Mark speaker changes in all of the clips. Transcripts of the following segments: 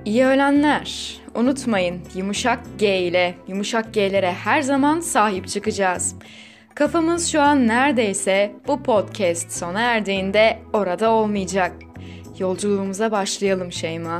Speaker 1: İyi öğlenler. Unutmayın, yumuşak G ile yumuşak G'lere her zaman sahip çıkacağız. Kafamız şu an neredeyse bu podcast sona erdiğinde orada olmayacak. Yolculuğumuza başlayalım Şeyma.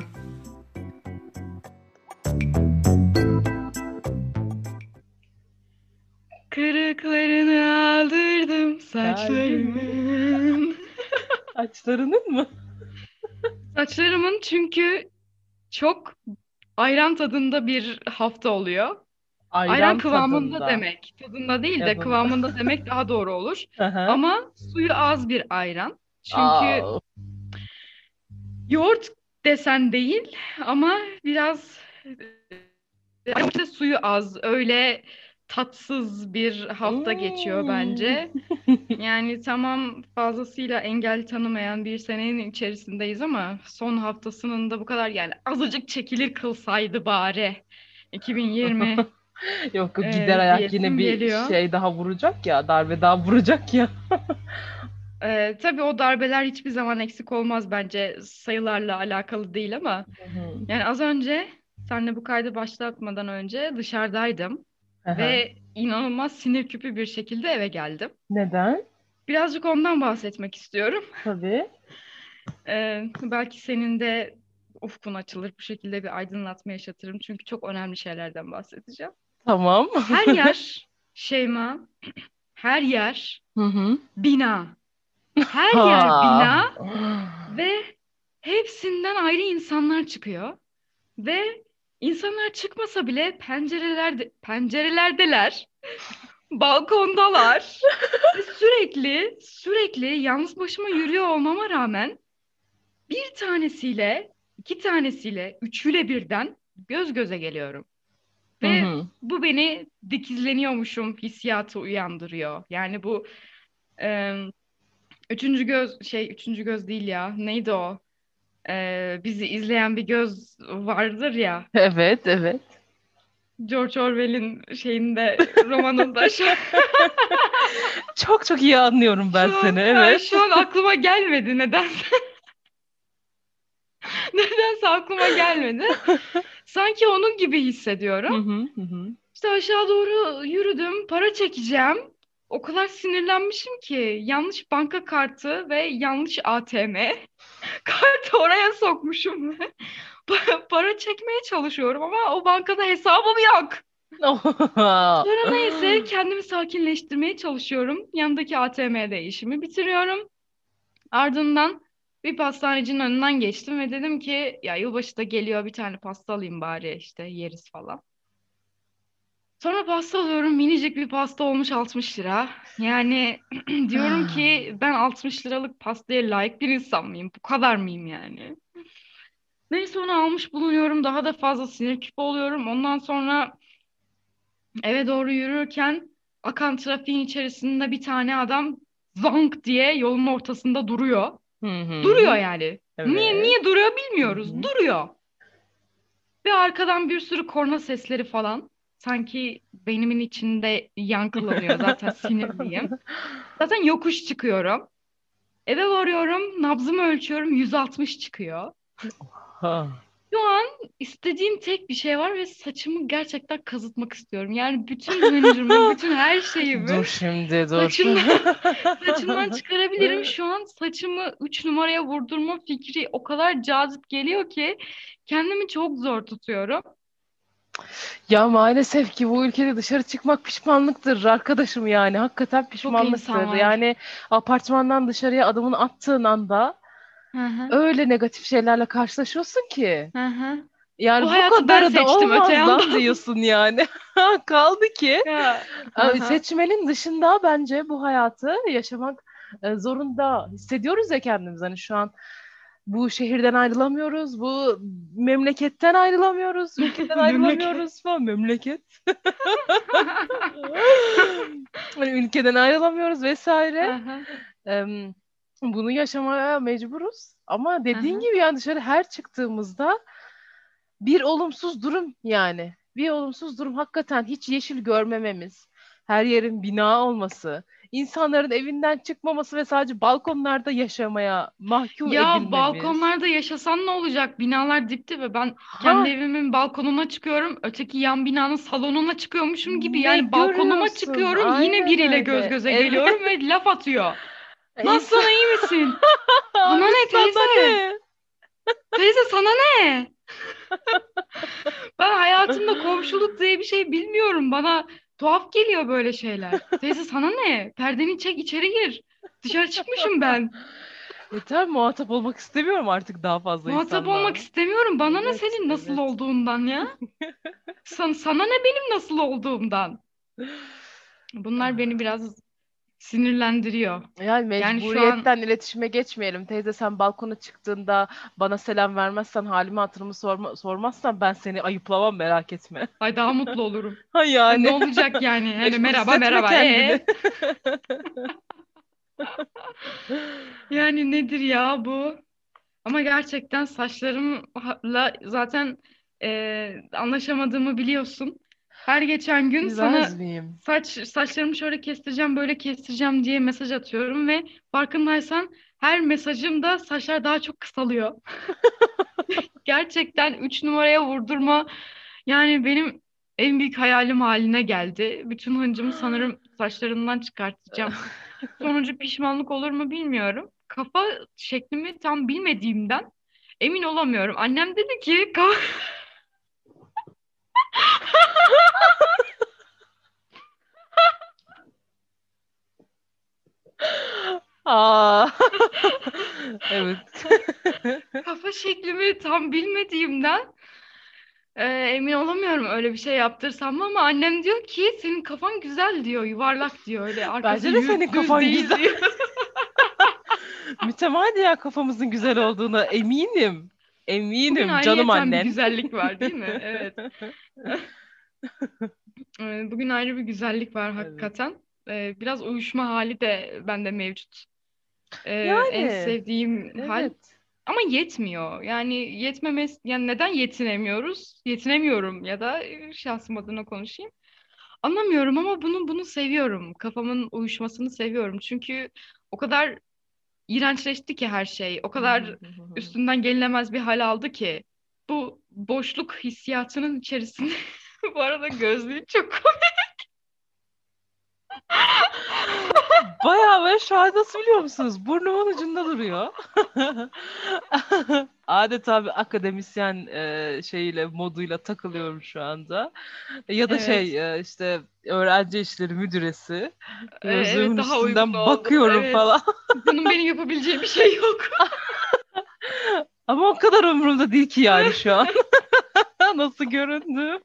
Speaker 1: Kırıklarını aldırdım saçlarımın.
Speaker 2: Saçlarının mı?
Speaker 1: Saçlarımın çünkü çok ayran tadında bir hafta oluyor. Ayran
Speaker 2: Ayran
Speaker 1: kıvamında
Speaker 2: tadında.
Speaker 1: demek. Tadında değil de
Speaker 2: Yanında.
Speaker 1: kıvamında demek daha doğru olur.
Speaker 2: Aha.
Speaker 1: Ama suyu az bir ayran. Çünkü
Speaker 2: Aa,
Speaker 1: yoğurt desen değil ama biraz işte suyu az. Öyle tatsız bir hafta geçiyor
Speaker 2: hmm.
Speaker 1: bence. Yani tamam fazlasıyla engel tanımayan bir senenin içerisindeyiz ama son haftasının da bu kadar yani azıcık çekilir kılsaydı bari. 2020
Speaker 2: Yok, gider ayak yine
Speaker 1: diyesim
Speaker 2: bir
Speaker 1: geliyor.
Speaker 2: şey daha vuracak ya, darbe daha vuracak ya.
Speaker 1: Tabii o darbeler hiçbir zaman eksik olmaz bence sayılarla alakalı değil ama
Speaker 2: Hı hı.
Speaker 1: yani az önce seninle bu kaydı başlatmadan önce dışarıdaydım
Speaker 2: Aha.
Speaker 1: ve inanılmaz sinir küpü bir şekilde eve geldim.
Speaker 2: Neden?
Speaker 1: Birazcık ondan bahsetmek istiyorum.
Speaker 2: Tabii.
Speaker 1: Belki senin de ufkun açılır bu şekilde bir aydınlatma yaşatırım çünkü çok önemli şeylerden bahsedeceğim.
Speaker 2: Tamam.
Speaker 1: Her yer Şeyma, her yer
Speaker 2: Hı hı.
Speaker 1: bina. Her yer
Speaker 2: Ha.
Speaker 1: bina ve hepsinden ayrı insanlar çıkıyor. Ve insanlar çıkmasa bile pencerelerdeler, balkondalar. Ve sürekli yalnız başıma yürüyor olmama rağmen bir tanesiyle, iki tanesiyle, üçüyle birden göz göze geliyorum.
Speaker 2: Hı
Speaker 1: Ve
Speaker 2: hı.
Speaker 1: bu beni dikizleniyormuşum hissiyatı uyandırıyor. Yani bu e, üçüncü göz değil ya. Neydi o? Bizi izleyen bir göz vardır ya.
Speaker 2: Evet, evet.
Speaker 1: George Orwell'in romanında
Speaker 2: Çok çok iyi anlıyorum ben seni. Evet.
Speaker 1: şu an aklıma gelmedi nedense. Nedense aklıma gelmedi. Sanki onun gibi
Speaker 2: Hı
Speaker 1: hissediyorum.
Speaker 2: hı, hı hı.
Speaker 1: İşte aşağı doğru yürüdüm, para çekeceğim. O kadar sinirlenmişim ki yanlış banka kartı ve yanlış ATM kartı oraya sokmuşum ve para çekmeye çalışıyorum ama o bankada hesabım yok. Sonra neyse kendimi sakinleştirmeye çalışıyorum. Yanındaki ATM'de işimi bitiriyorum. Ardından bir pastanecinin önünden geçtim ve dedim ki ya yılbaşı da geliyor bir tane pasta alayım bari işte yeriz falan. Sonra pasta alıyorum minicik bir pasta olmuş 60 lira. Yani diyorum ki ben 60 liralık pastaya layık bir insan mıyım? Bu kadar mıyım yani? Neyse onu almış bulunuyorum. Daha da fazla sinir küpü oluyorum. Ondan sonra eve doğru yürürken akan trafiğin içerisinde bir tane adam zonk diye yolun ortasında duruyor.
Speaker 2: Hı
Speaker 1: Duruyor
Speaker 2: hı.
Speaker 1: yani.
Speaker 2: Evet.
Speaker 1: Niye duruyor
Speaker 2: Hı
Speaker 1: bilmiyoruz.
Speaker 2: hı.
Speaker 1: Duruyor. Ve arkadan bir sürü korna sesleri falan. Sanki beynimin içinde yankılanıyor. Zaten sinirliyim. Zaten yokuş çıkıyorum. Eve varıyorum. Nabzımı ölçüyorum. 160 çıkıyor.
Speaker 2: Ha.
Speaker 1: Şu an istediğim tek bir şey var ve saçımı gerçekten kazıtmak istiyorum. Yani bütün hıncımı, bütün her şeyimi
Speaker 2: Dur şimdi dur.
Speaker 1: saçımdan, saçımdan çıkarabilirim. Şu an saçımı 3 numaraya vurdurma fikri o kadar cazip geliyor ki kendimi çok zor tutuyorum.
Speaker 2: Ya maalesef ki bu ülkede dışarı çıkmak pişmanlıktır arkadaşım, yani hakikaten
Speaker 1: Çok insan
Speaker 2: pişmanlıktır.
Speaker 1: var.
Speaker 2: Yani apartmandan dışarıya adımını attığın anda
Speaker 1: Hı hı.
Speaker 2: öyle negatif şeylerle karşılaşıyorsun ki.
Speaker 1: Hı hı. Bu
Speaker 2: Yani bu
Speaker 1: hayatı ben
Speaker 2: kadarı da
Speaker 1: seçtim öte
Speaker 2: olmaz lan
Speaker 1: yandan.
Speaker 2: diyorsun yani. Kaldı ki
Speaker 1: Ya. Hı hı.
Speaker 2: seçmenin dışında bence bu hayatı yaşamak zorunda hissediyoruz ya kendimiz. Hani şu an bu şehirden ayrılamıyoruz, bu memleketten ayrılamıyoruz, ülkeden
Speaker 1: Memleket.
Speaker 2: ayrılamıyoruz falan. Memleket. Hani ülkeden ayrılamıyoruz
Speaker 1: Hı
Speaker 2: vesaire.
Speaker 1: hı.
Speaker 2: Em, Bunu yaşamaya mecburuz. Ama
Speaker 1: Hı
Speaker 2: dediğin
Speaker 1: hı.
Speaker 2: gibi yani dışarı her çıktığımızda bir olumsuz durum yani. Bir olumsuz durum hakikaten hiç yeşil görmememiz, her yerin bina olması, insanların evinden çıkmaması ve sadece balkonlarda yaşamaya mahkum
Speaker 1: Ya
Speaker 2: edilmemiz.
Speaker 1: balkonlarda yaşasan ne olacak? Binalar dipti ve ben kendi
Speaker 2: Ha,
Speaker 1: evimin balkonuna çıkıyorum. Öteki yan binanın salonuna çıkıyormuşum gibi.
Speaker 2: ne
Speaker 1: Yani balkonuma
Speaker 2: görüyorsun?
Speaker 1: çıkıyorum. Yine
Speaker 2: Aynen
Speaker 1: biriyle göz
Speaker 2: öyle.
Speaker 1: göze
Speaker 2: Evet.
Speaker 1: geliyorum ve laf atıyor.
Speaker 2: İnsan
Speaker 1: Nasılsın, iyi misin? Sana
Speaker 2: abi
Speaker 1: ne
Speaker 2: sana
Speaker 1: teyze?
Speaker 2: ne?
Speaker 1: Teyze sana ne? Ben hayatımda komşuluk diye bir şey bilmiyorum. Bana tuhaf geliyor böyle şeyler. Teyze sana ne? Perdeni çek içeri gir. Dışarı çıkmışım ben.
Speaker 2: Yeter, muhatap olmak istemiyorum artık daha fazla
Speaker 1: Muhatap olmak
Speaker 2: insanla.
Speaker 1: istemiyorum. Bana ne
Speaker 2: Evet,
Speaker 1: senin nasıl
Speaker 2: evet.
Speaker 1: olduğundan ya? Sana ne benim nasıl olduğumdan? Bunlar beni biraz sinirlendiriyor.
Speaker 2: Yani
Speaker 1: Yani şu an
Speaker 2: mecburiyetten iletişime geçmeyelim. Teyze, sen balkona çıktığında bana selam vermezsen, halimi hatırımı sormazsan ben seni ayıplamam, merak etme.
Speaker 1: ay daha mutlu olurum.
Speaker 2: Ha
Speaker 1: Ne
Speaker 2: yani.
Speaker 1: olacak yani? Hani
Speaker 2: Meşgul
Speaker 1: merhaba
Speaker 2: hissetme
Speaker 1: merhaba.
Speaker 2: kendini.
Speaker 1: Yani nedir ya bu? Ama gerçekten saçlarımla zaten anlaşamadığımı biliyorsun. Her geçen gün
Speaker 2: Bilmez
Speaker 1: sana
Speaker 2: miyim?
Speaker 1: saçlarımı şöyle kestireceğim, böyle kestireceğim diye mesaj atıyorum ve farkındaysan her mesajımda saçlar daha çok kısalıyor. Gerçekten 3 numaraya vurdurma yani benim en büyük hayalim haline geldi. Bütün hıncımı sanırım saçlarından çıkartacağım. Sonucu pişmanlık olur mu bilmiyorum. Kafa şeklimi tam bilmediğimden emin olamıyorum. Annem dedi ki
Speaker 2: Aa. Evet.
Speaker 1: kafa şeklimi tam bilmediğimden emin olamıyorum öyle bir şey yaptırsam mı ama annem diyor ki senin kafan güzel diyor, yuvarlak diyor, öyle arkası
Speaker 2: Bence de senin
Speaker 1: düz
Speaker 2: kafan
Speaker 1: değil
Speaker 2: güzel.
Speaker 1: diyor.
Speaker 2: Mütemadiyen ya, kafamızın güzel olduğuna eminim.
Speaker 1: Bugün
Speaker 2: Eminim canım
Speaker 1: ayrıyeten bir
Speaker 2: annen.
Speaker 1: güzellik var değil mi? Evet. Bugün ayrı bir güzellik var
Speaker 2: Evet.
Speaker 1: hakikaten. Biraz uyuşma hali de bende mevcut. En
Speaker 2: Yani
Speaker 1: sevdiğim hal
Speaker 2: evet.
Speaker 1: ama yetmiyor. Yani yetmemesi, yani neden yetinemiyoruz? Yetinemiyorum ya da şahsım adına konuşayım. Anlamıyorum ama bunu seviyorum. Kafamın uyuşmasını seviyorum. Çünkü o kadar iğrençleşti ki her şey. O kadar üstünden gelinemez bir hal aldı ki. Bu boşluk hissiyatının içerisinde bu arada gözlüğü çok
Speaker 2: Bayağı böyle, şu an nasıl biliyor musunuz? Burnumun ucunda duruyor. Adeta bir akademisyen şeyiyle, moduyla takılıyorum şu anda. Ya da
Speaker 1: evet.
Speaker 2: işte öğrenci işleri müdüresi.
Speaker 1: Evet
Speaker 2: Gözlüğümün
Speaker 1: daha uygun
Speaker 2: üstünden
Speaker 1: oldu.
Speaker 2: bakıyorum
Speaker 1: Evet.
Speaker 2: falan.
Speaker 1: Bunun benim yapabileceği bir şey yok.
Speaker 2: Ama o kadar umurumda değil ki yani şu an. Nasıl göründü?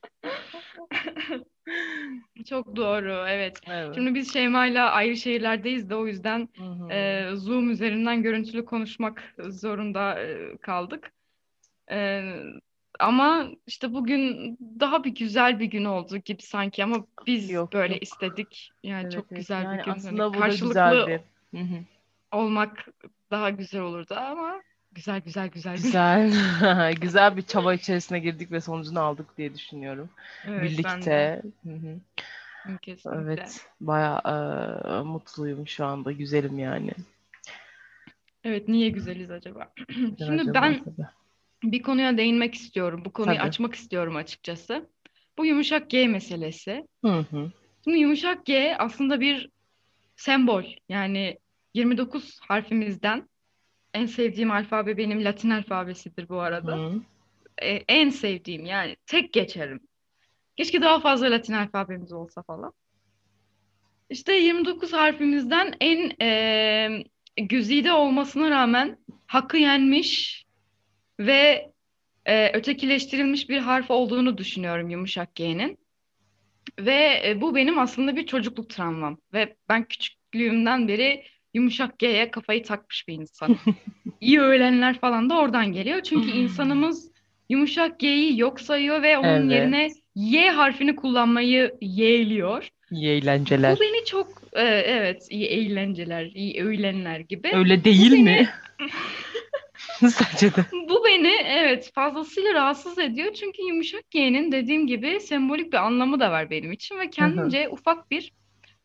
Speaker 1: Çok doğru, evet.
Speaker 2: Evet.
Speaker 1: Şimdi biz Şeyma'yla ayrı şehirlerdeyiz de o yüzden
Speaker 2: Hı hı.
Speaker 1: Zoom üzerinden görüntülü konuşmak zorunda kaldık. E, Ama işte bugün daha bir güzel bir gün oldu gibi sanki ama biz
Speaker 2: Yok
Speaker 1: böyle
Speaker 2: yok.
Speaker 1: istedik. Yani
Speaker 2: Evet
Speaker 1: çok
Speaker 2: evet.
Speaker 1: güzel bir
Speaker 2: Yani
Speaker 1: gün. Hani
Speaker 2: aslında bu da güzel
Speaker 1: karşılıklı
Speaker 2: bir. Hı hı.
Speaker 1: olmak daha güzel olurdu ama güzel güzel güzel güzel.
Speaker 2: Güzel. Güzel bir çaba içerisine girdik ve sonucunu aldık diye düşünüyorum.
Speaker 1: Evet ben de
Speaker 2: Birlikte. Hı hı.
Speaker 1: kesinlikle.
Speaker 2: Evet. Bayağı mutluyum şu anda. Güzelim yani.
Speaker 1: Evet niye güzeliz acaba?
Speaker 2: Neden
Speaker 1: Şimdi
Speaker 2: acaba
Speaker 1: ben
Speaker 2: tabii.
Speaker 1: bir konuya değinmek istiyorum. Bu konuyu
Speaker 2: Tabii.
Speaker 1: açmak istiyorum açıkçası. Bu yumuşak G meselesi.
Speaker 2: Hı hı.
Speaker 1: Şimdi yumuşak G aslında bir sembol. Yani 29 harfimizden en sevdiğim alfabe benim Latin alfabesidir bu
Speaker 2: Hı
Speaker 1: arada.
Speaker 2: hı.
Speaker 1: En sevdiğim yani tek geçerim. Keşke daha fazla Latin alfabemiz olsa falan. İşte 29 harfimizden en güzide olmasına rağmen hakkı yenmiş ve ötekileştirilmiş bir harf olduğunu düşünüyorum yumuşak G'nin. Ve bu benim aslında bir çocukluk travmam. Ve ben küçüklüğümden beri yumuşak G'ye kafayı takmış bir insanım. İyi öğlenler falan da oradan geliyor. Çünkü insanımız yumuşak G'yi yok sayıyor ve onun yerine
Speaker 2: Evet.
Speaker 1: Y harfini kullanmayı yeğliyor.
Speaker 2: İyi
Speaker 1: Bu
Speaker 2: eğlenceler.
Speaker 1: beni çok evet iyi eğlenceler, iyi öğlenler gibi.
Speaker 2: Öyle
Speaker 1: Bu
Speaker 2: değil mi?
Speaker 1: beni
Speaker 2: Sence de.
Speaker 1: Bu beni evet fazlasıyla rahatsız ediyor. Çünkü yumuşak G'nin dediğim gibi sembolik bir anlamı da var benim için ve
Speaker 2: Hı hı.
Speaker 1: kendimce ufak bir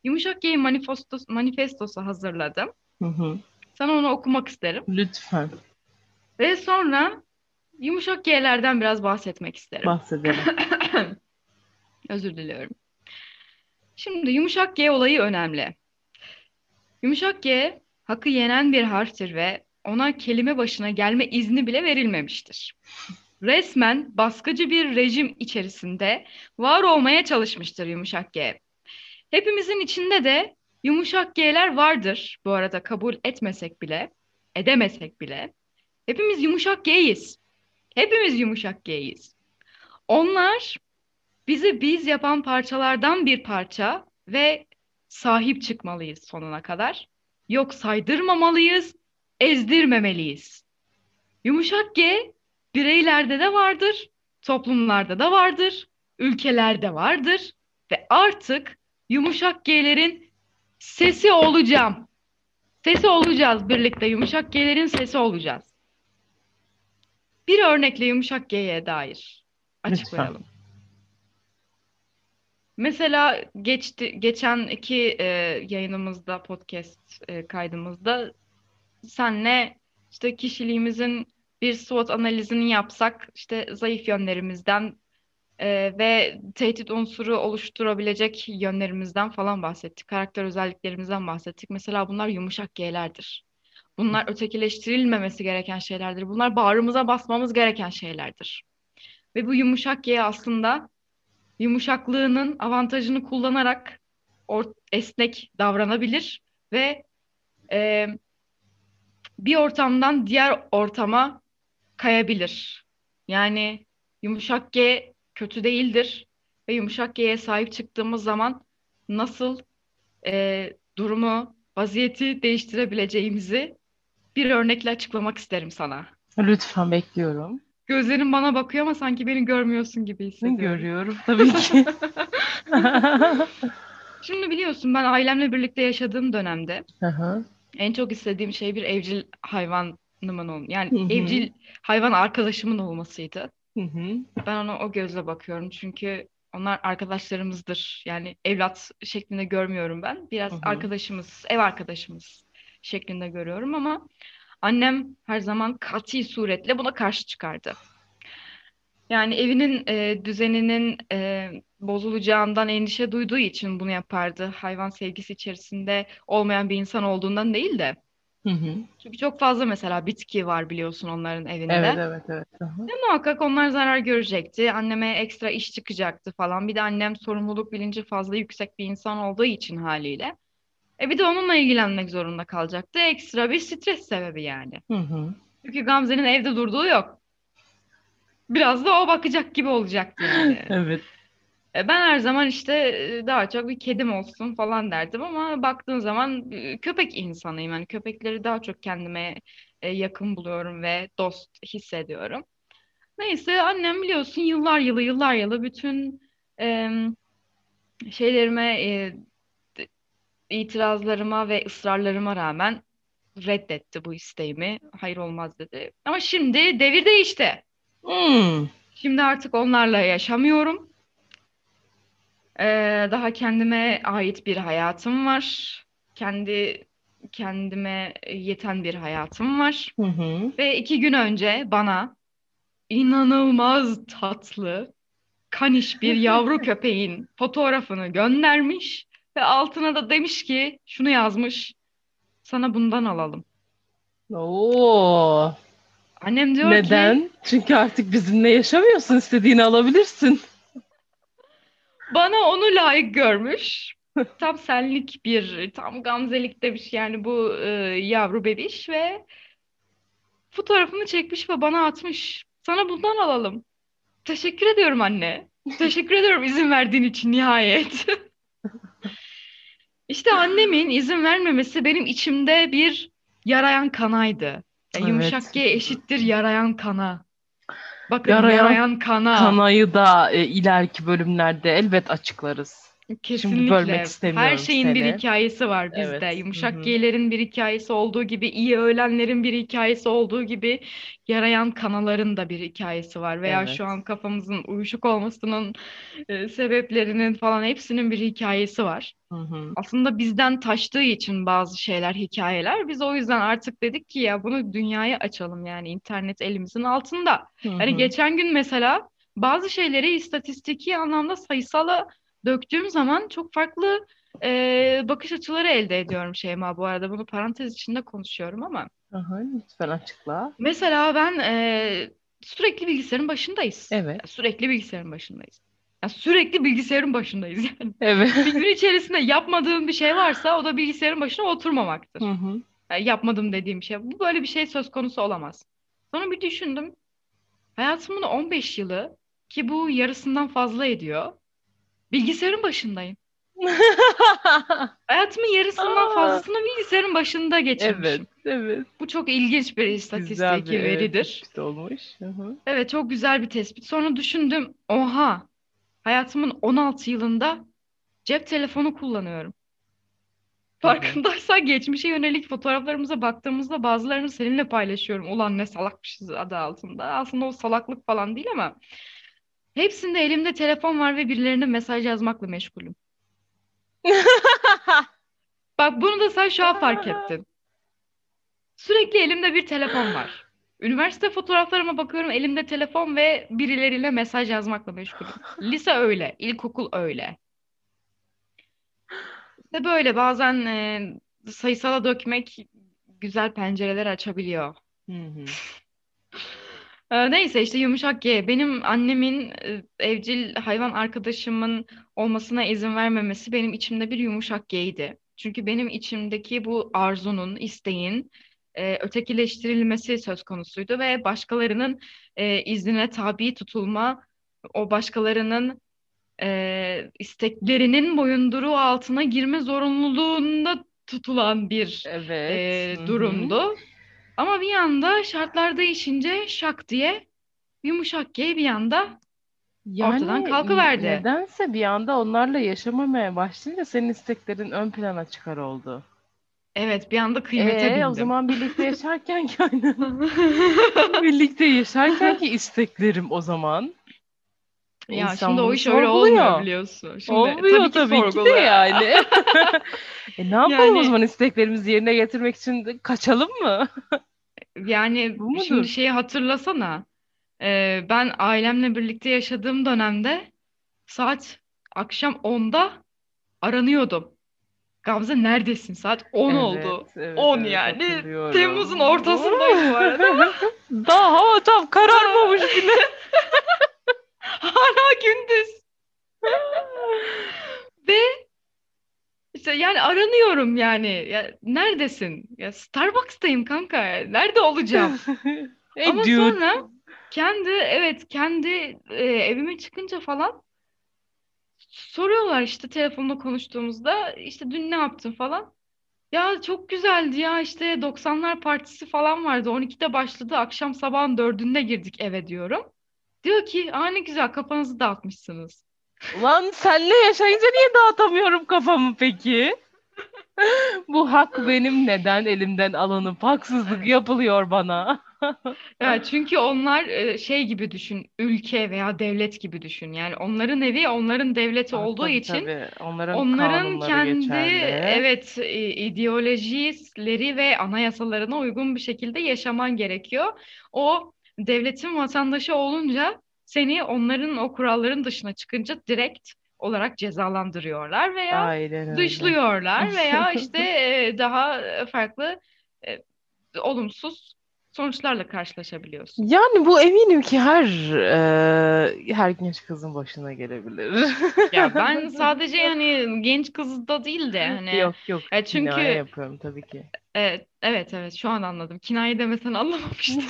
Speaker 1: Yumuşak G manifestosu hazırladım.
Speaker 2: Hı hı.
Speaker 1: Sana onu okumak isterim.
Speaker 2: Lütfen
Speaker 1: Ve sonra yumuşak G'lerden biraz bahsetmek isterim.
Speaker 2: bahsedelim.
Speaker 1: Özür diliyorum. Şimdi yumuşak G olayı önemli. Yumuşak G hakkı yenen bir harftir ve ona kelime başına gelme izni bile verilmemiştir. Resmen baskıcı bir rejim içerisinde var olmaya çalışmıştır yumuşak G. Hepimizin içinde de yumuşak G'ler vardır. Bu arada kabul etmesek bile, edemesek bile. Hepimiz yumuşak G'yiz. Hepimiz yumuşak G'yiz. Onlar bizi biz yapan parçalardan bir parça ve sahip çıkmalıyız sonuna kadar. Yok saydırmamalıyız, ezdirmemeliyiz. Yumuşak G bireylerde de vardır, toplumlarda da vardır, ülkelerde vardır ve artık yumuşak G'lerin sesi olacağım. Sesi olacağız birlikte. Yumuşak G'lerin sesi olacağız. Bir örnekle yumuşak G'ye dair açıklayalım.
Speaker 2: Lütfen.
Speaker 1: Mesela geçen iki yayınımızda, podcast kaydımızda senle işte kişiliğimizin bir SWOT analizini yapsak, işte zayıf yönlerimizden ve tehdit unsuru oluşturabilecek yönlerimizden falan bahsettik. Karakter özelliklerimizden bahsettik. Mesela bunlar yumuşak G'lerdir. Bunlar ötekileştirilmemesi gereken şeylerdir. Bunlar bağrımıza basmamız gereken şeylerdir. Ve bu yumuşak G aslında yumuşaklığının avantajını kullanarak esnek davranabilir ve e, bir ortamdan diğer ortama kayabilir. Yani yumuşak G kötü değildir ve yumuşak G'ye sahip çıktığımız zaman nasıl durumu, vaziyeti değiştirebileceğimizi bir örnekle açıklamak isterim sana.
Speaker 2: Lütfen bekliyorum.
Speaker 1: Gözlerin bana bakıyor ama sanki beni görmüyorsun gibi hissediyorum.
Speaker 2: Görüyorum tabii ki.
Speaker 1: Şimdi biliyorsun ben ailemle birlikte yaşadığım dönemde
Speaker 2: Hı hı.
Speaker 1: en çok istediğim şey bir evcil hayvanımın yani
Speaker 2: Hı hı.
Speaker 1: evcil hayvan arkadaşımın olmasıydı.
Speaker 2: Hı hı.
Speaker 1: Ben ona o gözle bakıyorum çünkü onlar arkadaşlarımızdır. Yani evlat şeklinde görmüyorum ben. Biraz
Speaker 2: Hı hı.
Speaker 1: arkadaşımız, ev arkadaşımız şeklinde görüyorum ama annem her zaman kati suretle buna karşı çıkardı. Yani evinin düzeninin bozulacağından endişe duyduğu için bunu yapardı. Hayvan sevgisi içerisinde olmayan bir insan olduğundan değil de.
Speaker 2: Hı hı.
Speaker 1: Çünkü çok fazla mesela bitki var biliyorsun onların
Speaker 2: Evet,
Speaker 1: evinde.
Speaker 2: evet, evet. Hı hı.
Speaker 1: Ve muhakkak onlar zarar görecekti. Anneme ekstra iş çıkacaktı falan. Bir de annem sorumluluk bilinci fazla yüksek bir insan olduğu için haliyle. Bir de onunla ilgilenmek zorunda kalacaktı. Ekstra bir stres sebebi yani.
Speaker 2: Hı hı.
Speaker 1: Çünkü Gamze'nin evde durduğu yok. Biraz da o bakacak gibi olacaktı yani.
Speaker 2: Evet.
Speaker 1: Ben her zaman işte daha çok bir kedim olsun falan derdim ama baktığın zaman köpek insanıyım. Yani köpekleri daha çok kendime yakın buluyorum ve dost hissediyorum. Neyse annem biliyorsun yıllar yılı bütün e, şeylerime, itirazlarıma ve ısrarlarıma rağmen reddetti bu isteğimi. Hayır olmaz dedi. Ama şimdi devir değişti.
Speaker 2: Hmm.
Speaker 1: Şimdi artık onlarla yaşamıyorum. Daha kendime ait bir hayatım var. Kendime yeten bir hayatım var.
Speaker 2: Hı hı.
Speaker 1: Ve 2 gün önce bana inanılmaz tatlı, kaniş bir yavru köpeğin fotoğrafını göndermiş ve altına da demiş ki şunu yazmış. Sana bundan alalım.
Speaker 2: Oo.
Speaker 1: Annem diyor ki
Speaker 2: Neden? Çünkü artık bizimle yaşamıyorsun. İstediğini alabilirsin.
Speaker 1: bana onu layık görmüş. Tam senlik tam gamzelik demiş yani bu yavru bebiş ve fotoğrafını çekmiş ve bana atmış. Sana bundan alalım. Teşekkür ediyorum anne. Teşekkür ediyorum izin verdiğin için nihayet. İşte annemin izin vermemesi benim içimde bir yarayan kanaydı. Yumuşak
Speaker 2: Evet.
Speaker 1: G eşittir yarayan kana. Bakın
Speaker 2: Yarayan
Speaker 1: yarayan kana.
Speaker 2: kanayı da ileriki bölümlerde elbet açıklarız. Şimdi bölmek
Speaker 1: Kesinlikle. Her
Speaker 2: istemiyorum
Speaker 1: şeyin bir
Speaker 2: seni.
Speaker 1: hikayesi var bizde.
Speaker 2: Evet. Hı
Speaker 1: Yumuşak
Speaker 2: hı.
Speaker 1: G'lerin bir hikayesi olduğu gibi, iyi öğlenlerin bir hikayesi olduğu gibi, yarayan kanaların da bir hikayesi var. Veya şu
Speaker 2: Evet.
Speaker 1: an kafamızın uyuşuk olmasının sebeplerinin falan hepsinin bir hikayesi var.
Speaker 2: Hı hı.
Speaker 1: Aslında bizden taştığı için bazı şeyler, hikayeler. Biz o yüzden artık dedik ki ya bunu dünyaya açalım, yani internet elimizin altında.
Speaker 2: Hı
Speaker 1: Hani
Speaker 2: hı.
Speaker 1: geçen gün mesela bazı şeyleri istatistiki anlamda sayısala döktüğüm zaman çok farklı bakış açıları elde ediyorum Şeyma, bu arada. Bunu parantez içinde konuşuyorum ama.
Speaker 2: Hı hı. Lütfen açıkla.
Speaker 1: Mesela ben sürekli bilgisayarın başındayız.
Speaker 2: Evet.
Speaker 1: Ya sürekli bilgisayarın başındayız. Ya sürekli bilgisayarın başındayız yani.
Speaker 2: Evet.
Speaker 1: Bir gün içerisinde yapmadığım bir şey varsa o da bilgisayarın başına
Speaker 2: Hı
Speaker 1: oturmamaktır.
Speaker 2: hı.
Speaker 1: Yani yapmadım dediğim şey. Bu böyle bir şey söz konusu olamaz. Sonra bir düşündüm. Hayatımın 15 yılı, ki bu yarısından fazla ediyor, bilgisayarın başındayım. Hayatımın yarısından
Speaker 2: Aa,
Speaker 1: fazlasını bilgisayarın başında
Speaker 2: evet,
Speaker 1: geçirmişim.
Speaker 2: evet.
Speaker 1: Bu çok ilginç bir
Speaker 2: Güzel bir
Speaker 1: istatistiki veridir.
Speaker 2: tespit olmuş. Hı hı.
Speaker 1: Evet, çok güzel bir tespit. Sonra düşündüm. Oha, hayatımın 16 yılında cep telefonu kullanıyorum.
Speaker 2: Evet.
Speaker 1: Farkındaysan geçmişe yönelik fotoğraflarımıza baktığımızda bazılarını seninle paylaşıyorum. Ulan ne salakmışız adı altında. Aslında o salaklık falan değil ama hepsinde elimde telefon var ve birilerine mesaj yazmakla meşgulüm. Bak bunu da sen şu an fark ettin. Sürekli elimde bir telefon var. Üniversite fotoğraflarıma bakıyorum, elimde telefon ve birileriyle mesaj yazmakla meşgulüm. Lise öyle, ilkokul öyle. İşte böyle bazen sayısala dökmek güzel pencereler açabiliyor.
Speaker 2: Hı hı.
Speaker 1: Neyse işte yumuşak G. Benim annemin evcil hayvan arkadaşımın olmasına izin vermemesi benim içimde bir yumuşak G'ydi. Çünkü benim içimdeki bu arzunun, isteğin ötekileştirilmesi söz konusuydu ve başkalarının iznine tabi tutulma, o başkalarının isteklerinin boyunduruğu altına girme zorunluluğunda tutulan bir
Speaker 2: Evet. Hı hı.
Speaker 1: durumdu. Ama bir anda şartlar değişince şak diye yumuşak G bir anda ortadan
Speaker 2: Yani
Speaker 1: kalkıverdi.
Speaker 2: nedense bir anda onlarla yaşamamaya başlayınca senin isteklerin ön plana çıkar oldu.
Speaker 1: Evet, bir anda kıymete
Speaker 2: O
Speaker 1: bindim.
Speaker 2: zaman birlikte yaşarken ki aynen. Birlikte yaşarken ki isteklerim o zaman.
Speaker 1: Ya şimdi
Speaker 2: İnsan
Speaker 1: o
Speaker 2: bunu
Speaker 1: iş öyle olmuyor
Speaker 2: sorguluyor.
Speaker 1: biliyorsun. Şimdi
Speaker 2: Olmuyor
Speaker 1: tabii ki
Speaker 2: tabii ki de
Speaker 1: sorgula.
Speaker 2: yani. Ne yapalım o
Speaker 1: Yani
Speaker 2: zaman isteklerimizi yerine getirmek için de kaçalım mı?
Speaker 1: yani
Speaker 2: Bu
Speaker 1: şimdi
Speaker 2: mudur?
Speaker 1: şeyi hatırlasana. Ben ailemle birlikte yaşadığım dönemde saat akşam 10'da aranıyordum. Gamze neredesin? Saat 10
Speaker 2: Evet,
Speaker 1: oldu.
Speaker 2: evet,
Speaker 1: 10
Speaker 2: evet
Speaker 1: yani. Temmuz'un
Speaker 2: hatırlıyorum.
Speaker 1: ortasındayız bu arada.
Speaker 2: Daha hava tam kararmamış bile.
Speaker 1: Hala gündüz. Ve işte yani aranıyorum yani. Ya neredesin? Ya Starbucks'tayım kanka. Nerede olacağım?
Speaker 2: Hey
Speaker 1: Ama
Speaker 2: dude.
Speaker 1: sonra kendi evime çıkınca falan soruyorlar işte telefonla konuştuğumuzda, işte dün ne yaptın falan. Ya çok güzeldi ya, işte 90'lar partisi falan vardı. 12'de başladı. Akşam sabahın 4'ünde girdik eve diyorum. Diyor ki aa ne güzel, kafanızı dağıtmışsınız.
Speaker 2: Ulan senle yaşayınca niye dağıtamıyorum kafamı peki? Bu hak benim neden elimden alınıp haksızlık
Speaker 1: Evet.
Speaker 2: yapılıyor bana?
Speaker 1: Ya çünkü onlar şey gibi düşün, ülke veya devlet gibi düşün. Yani onların evi, onların devleti olduğu
Speaker 2: Tabii
Speaker 1: için
Speaker 2: tabii. Onların
Speaker 1: onların
Speaker 2: kanunları
Speaker 1: kendi
Speaker 2: geçerli.
Speaker 1: evet ideolojileri ve anayasalarına uygun bir şekilde yaşaman gerekiyor. O devletin vatandaşı olunca seni onların o kuralların dışına çıkınca direkt olarak cezalandırıyorlar veya
Speaker 2: Aynen öyle.
Speaker 1: dışlıyorlar veya işte daha farklı e, olumsuz sonuçlarla karşılaşabiliyorsun.
Speaker 2: Yani bu eminim ki her genç kızın başına gelebilir.
Speaker 1: Ya ben sadece yani genç kızda değil de hani
Speaker 2: Yok yok, kinaye
Speaker 1: çünkü
Speaker 2: yapıyorum tabii ki.
Speaker 1: evet şu an anladım. Kinaye demesen anlamamıştım.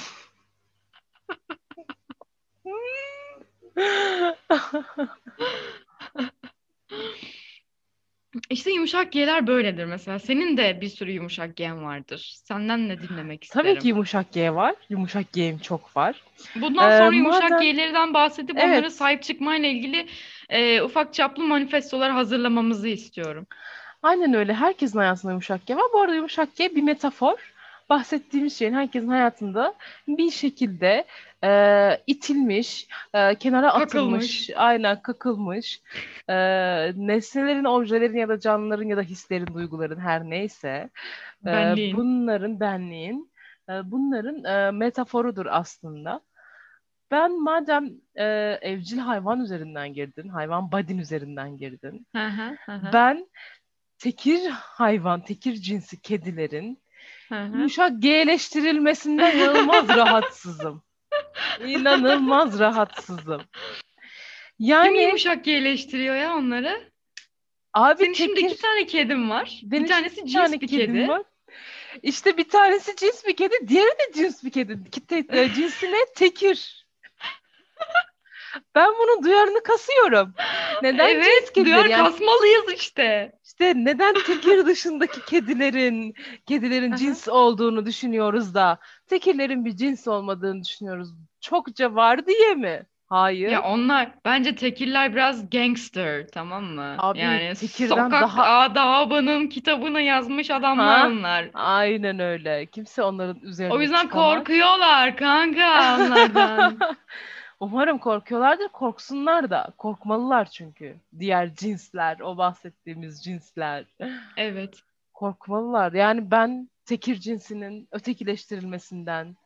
Speaker 1: İşte yumuşak G'ler böyledir mesela. Senin de bir sürü yumuşak G'm vardır. Senden de dinlemek
Speaker 2: Tabii ki
Speaker 1: isterim.
Speaker 2: yumuşak G var. Yumuşak G'im çok var.
Speaker 1: Bundan sonra yumuşak
Speaker 2: Madem
Speaker 1: G'lerden bahsedip onlara
Speaker 2: evet,
Speaker 1: sahip çıkmayla ilgili ufak çaplı manifestolar hazırlamamızı istiyorum.
Speaker 2: aynen öyle. Herkesin hayatında yumuşak G var. Bu arada yumuşak G bir metafor. Bahsettiğimiz şeyin herkesin hayatında bir şekilde itilmiş, kenara
Speaker 1: Kakılmış.
Speaker 2: atılmış, aynen kakılmış, e, nesnelerin, objelerin ya da canlıların ya da hislerin, duyguların her neyse
Speaker 1: Benliğin.
Speaker 2: bunların, benliğin, bunların metaforudur aslında. Ben madem evcil hayvan üzerinden girdin, hayvan badin üzerinden girdin,
Speaker 1: Hı hı hı hı.
Speaker 2: ben tekir hayvan, tekir cinsi kedilerin
Speaker 1: Hı hı.
Speaker 2: yumuşak G'leştirilmesinden inanılmaz rahatsızım. İnanılmaz rahatsızım.
Speaker 1: Kim
Speaker 2: Yani
Speaker 1: yumuşak G'leştiriyor ya onları?
Speaker 2: abi
Speaker 1: Senin şimdi iki
Speaker 2: tekir,
Speaker 1: tane kedin var. Bir
Speaker 2: benim şimdi
Speaker 1: tanesi
Speaker 2: bir tane
Speaker 1: cins bir
Speaker 2: kedim
Speaker 1: kedi.
Speaker 2: var. İşte bir tanesi cins bir kedi, diğeri de cins bir kedi. Cinsi ne? Tekir. Ben bunun duyarını kasıyorum. Neden cins
Speaker 1: Evet,
Speaker 2: kedileri?
Speaker 1: duyar
Speaker 2: Yani
Speaker 1: kasmalıyız işte.
Speaker 2: işte neden tekir dışındaki kedilerin
Speaker 1: Hı hı.
Speaker 2: cins olduğunu düşünüyoruz da tekirlerin bir cins olmadığını düşünüyoruz. Çokça var diye mi? Hayır.
Speaker 1: Ya onlar bence tekiller biraz gangster, tamam mı?
Speaker 2: Abi
Speaker 1: Yani
Speaker 2: tekirden
Speaker 1: sokak
Speaker 2: daha
Speaker 1: adabının kitabını yazmış adamlar
Speaker 2: ha
Speaker 1: onlar.
Speaker 2: aynen öyle. Kimse onların
Speaker 1: O
Speaker 2: üzerine
Speaker 1: yüzden
Speaker 2: çıkamaz.
Speaker 1: korkuyorlar kanka onlardan.
Speaker 2: Umarım korkuyorlardır, korksunlar da. Korkmalılar çünkü. Diğer cinsler, o bahsettiğimiz cinsler.
Speaker 1: Evet.
Speaker 2: Korkmalılar. Yani ben tekir cinsinin ötekileştirilmesinden,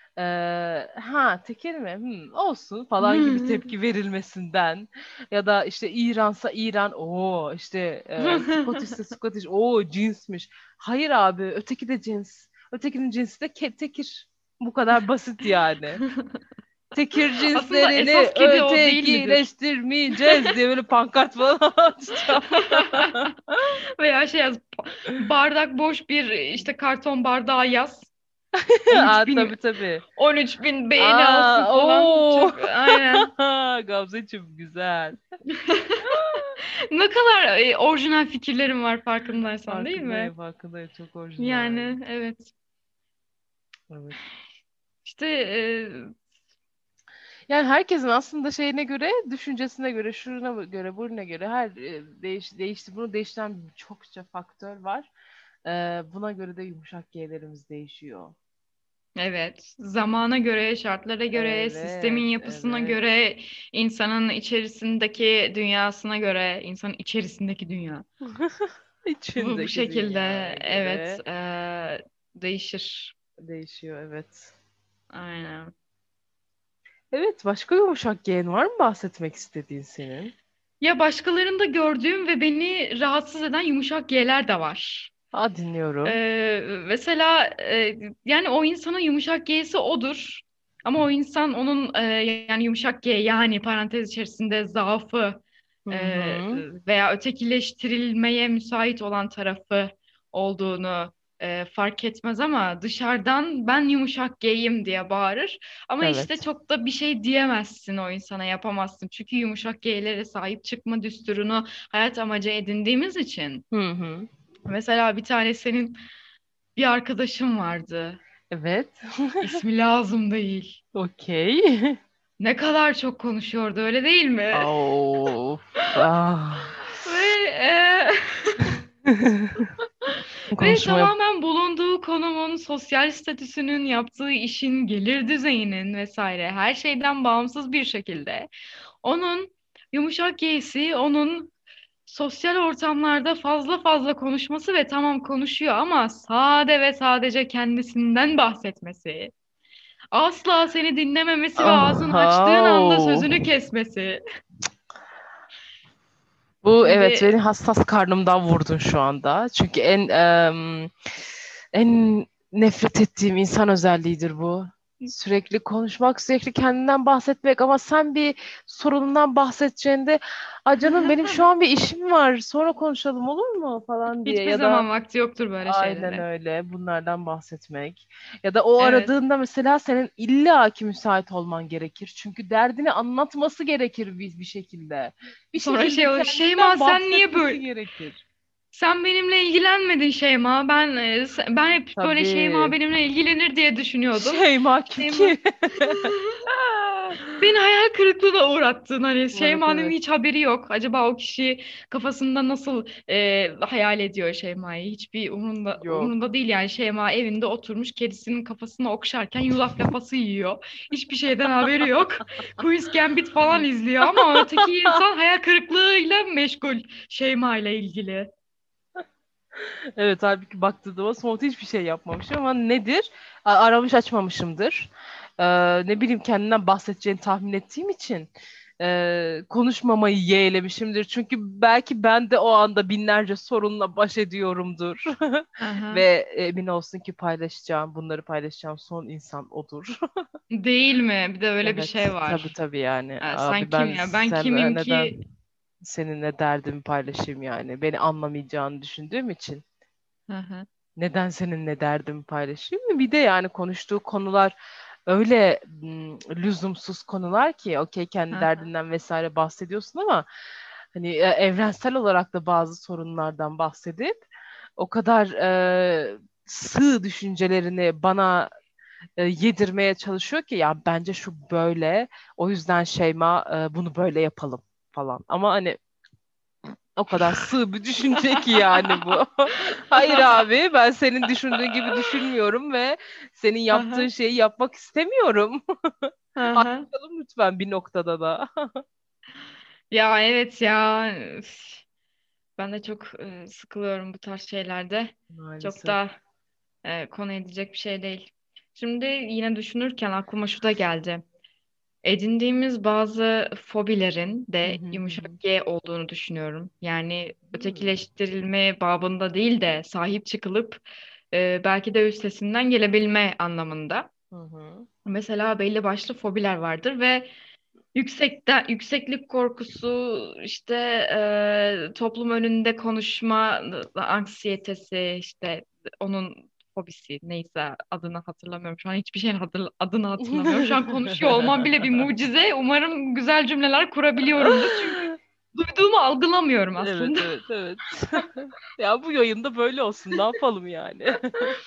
Speaker 2: tekir mi? Olsun falan gibi tepki verilmesinden ya da işte İransa İran, o işte Scottish'se Scottish, o cinsmiş. Hayır abi, öteki de cins. Ötekinin cinsi de tekir. Bu kadar basit yani. Tekir
Speaker 1: Aslında
Speaker 2: cinslerini
Speaker 1: esas kedi o değil midir?
Speaker 2: ötekileştirmeyeceğiz diye böyle pankart falan atacağım.
Speaker 1: Veya şey yaz, bardak boş bir işte karton bardağı yaz. 13 bin
Speaker 2: Tabii tabii.
Speaker 1: 13 bin beğeni alsın falan.
Speaker 2: Oo.
Speaker 1: Çok aynen.
Speaker 2: Gamzeciğim güzel.
Speaker 1: Ne kadar orijinal fikirlerim var farkındaysan, değil mi?
Speaker 2: Farkındayım, farkındayım. Çok orijinal.
Speaker 1: Yani evet.
Speaker 2: Evet.
Speaker 1: İşte
Speaker 2: Yani herkesin aslında şeyine göre, düşüncesine göre, şuna göre, buruna göre her değişti. Bunu değiştiren çokça faktör var. Buna göre de yumuşak G'lerimiz değişiyor.
Speaker 1: evet, zamana göre, şartlara göre, sistemin
Speaker 2: Evet,
Speaker 1: yapısına
Speaker 2: evet.
Speaker 1: göre, insanın içerisindeki dünyasına göre, insanın içerisindeki dünya. Bu
Speaker 2: İçindeki
Speaker 1: şekilde
Speaker 2: dünyaya
Speaker 1: evet
Speaker 2: göre
Speaker 1: değişir.
Speaker 2: değişiyor, evet.
Speaker 1: Aynen.
Speaker 2: Evet, başka yumuşak G'n var mı bahsetmek istediğin senin?
Speaker 1: Ya başkalarında gördüğüm ve beni rahatsız eden yumuşak G'ler de var.
Speaker 2: Dinliyorum.
Speaker 1: Mesela yani o insanın yumuşak G'si odur. Ama o insan onun yani yumuşak G yani parantez içerisinde zaafı
Speaker 2: Hı
Speaker 1: e,
Speaker 2: hı.
Speaker 1: veya ötekileştirilmeye müsait olan tarafı olduğunu fark etmez ama dışarıdan ben yumuşak G'yim diye bağırır. Ama işte
Speaker 2: Evet.
Speaker 1: çok da bir şey diyemezsin o insana, yapamazsın. Çünkü yumuşak G'lere sahip çıkma düsturunu hayat amacı edindiğimiz için.
Speaker 2: Hı hı.
Speaker 1: Mesela bir tane senin bir arkadaşım vardı.
Speaker 2: Evet.
Speaker 1: İsmi lazım değil.
Speaker 2: Okey.
Speaker 1: Ne kadar çok konuşuyordu, öyle değil mi?
Speaker 2: Of. Ah.
Speaker 1: Ve ve
Speaker 2: Konuşmaya
Speaker 1: tamamen bulunduğu konumun, sosyal statüsünün, yaptığı işin, gelir düzeyinin vesaire her şeyden bağımsız bir şekilde onun yumuşak G'si, onun sosyal ortamlarda fazla fazla konuşması ve tamam konuşuyor ama sade ve sadece kendisinden bahsetmesi. Asla seni dinlememesi ve ağzını açtığın anda
Speaker 2: Aha.
Speaker 1: sözünü kesmesi
Speaker 2: Bu evet,
Speaker 1: gibi.
Speaker 2: beni hassas karnımdan vurdun şu anda. Çünkü en nefret ettiğim insan özelliğidir bu. Sürekli konuşmak, sürekli kendinden bahsetmek, ama sen bir sorunundan bahsedeceğinde, "Aa canım, benim şu an bir işim var, sonra konuşalım olur mu?" falan diye,
Speaker 1: Hiçbir
Speaker 2: ya da
Speaker 1: zaman vakti yoktur böyle
Speaker 2: aynen
Speaker 1: şeylere.
Speaker 2: öyle, bunlardan bahsetmek. Ya da o
Speaker 1: Evet.
Speaker 2: aradığında mesela senin illaki müsait olman gerekir. Çünkü derdini anlatması gerekir bir şekilde. Bir
Speaker 1: Sonra
Speaker 2: şekilde
Speaker 1: şey olur. Şeyma
Speaker 2: kendinden
Speaker 1: sen niye
Speaker 2: bahsetmesi
Speaker 1: böyle?
Speaker 2: gerekir.
Speaker 1: Sen benimle ilgilenmedin Şeyma. Ben hep böyle Şeyma
Speaker 2: Tabii.
Speaker 1: benimle ilgilenir diye düşünüyordum.
Speaker 2: Şeyma kim
Speaker 1: Şeyma
Speaker 2: ki?
Speaker 1: beni hayal kırıklığına uğrattın. Hani
Speaker 2: Evet,
Speaker 1: Şeyma'nın
Speaker 2: evet.
Speaker 1: hiç haberi yok. Acaba o kişi kafasında nasıl hayal ediyor Şeyma'yı? Hiçbir umurunda
Speaker 2: Yok.
Speaker 1: değil yani. Şeyma evinde oturmuş kedisinin kafasını okşarken yulaf lapası yiyor. Hiçbir şeyden haberi yok. Queen's Gambit falan izliyor ama öteki insan hayal kırıklığıyla meşgul Şeyma ile ilgili.
Speaker 2: Evet, halbuki baktığımda somut hiçbir şey yapmamışım ama nedir? Aramış açmamışımdır. Ne bileyim, kendinden bahsedeceğini tahmin ettiğim için konuşmamayı yeğlemişimdir. Çünkü belki ben de o anda binlerce sorunla baş ediyorumdur.
Speaker 1: Aha.
Speaker 2: Ve emin olsun ki bunları paylaşacağım son insan odur.
Speaker 1: Değil mi? Bir de öyle bir
Speaker 2: Evet,
Speaker 1: şey
Speaker 2: tabii
Speaker 1: var.
Speaker 2: tabii yani.
Speaker 1: Sen
Speaker 2: Abi
Speaker 1: kim
Speaker 2: ben
Speaker 1: ya? Ben kimim
Speaker 2: neden
Speaker 1: ki?
Speaker 2: seninle derdimi paylaşayım yani? Beni anlamayacağını düşündüğüm için.
Speaker 1: Aha.
Speaker 2: Neden seninle derdimi paylaşayım mı? Bir de yani konuştuğu konular öyle lüzumsuz konular ki, okey, kendi
Speaker 1: Aha.
Speaker 2: derdinden vesaire bahsediyorsun ama hani evrensel olarak da bazı sorunlardan bahsedip o kadar sığ düşüncelerini bana yedirmeye çalışıyor ki, ya bence şu böyle, o yüzden Şeyma bunu böyle yapalım falan. Ama hani o kadar sığ bir düşünce ki yani bu. Hayır abi, ben senin düşündüğün gibi düşünmüyorum ve senin yaptığın
Speaker 1: Aha.
Speaker 2: şeyi yapmak istemiyorum.
Speaker 1: Aha.
Speaker 2: Ayrılalım lütfen bir noktada da.
Speaker 1: Ya evet ya. Üf. Ben de çok sıkılıyorum bu tarz şeylerde. Çok
Speaker 2: Maalesef.
Speaker 1: da konu edecek bir şey değil. Şimdi yine düşünürken aklıma şu da geldi. Edindiğimiz bazı fobilerin
Speaker 2: Hı
Speaker 1: de
Speaker 2: hı hı hı.
Speaker 1: yumuşak G olduğunu düşünüyorum. Yani
Speaker 2: Hmm.
Speaker 1: ötekileştirilme babında değil de sahip çıkılıp belki de üstesinden gelebilme anlamında.
Speaker 2: Hı hı.
Speaker 1: Mesela belli başlı fobiler vardır ve yükseklik korkusu, işte toplum önünde konuşma anksiyetesi, işte onun fobisi neyse adını hatırlamıyorum. Şu an hiçbir şeyin adını hatırlamıyorum. Şu an konuşuyor olmam bile bir mucize. Umarım güzel cümleler kurabiliyorumdur. Çünkü duyduğumu algılamıyorum
Speaker 2: Evet,
Speaker 1: aslında.
Speaker 2: evet, evet. Ya bu yayında böyle olsun, ne yapalım yani?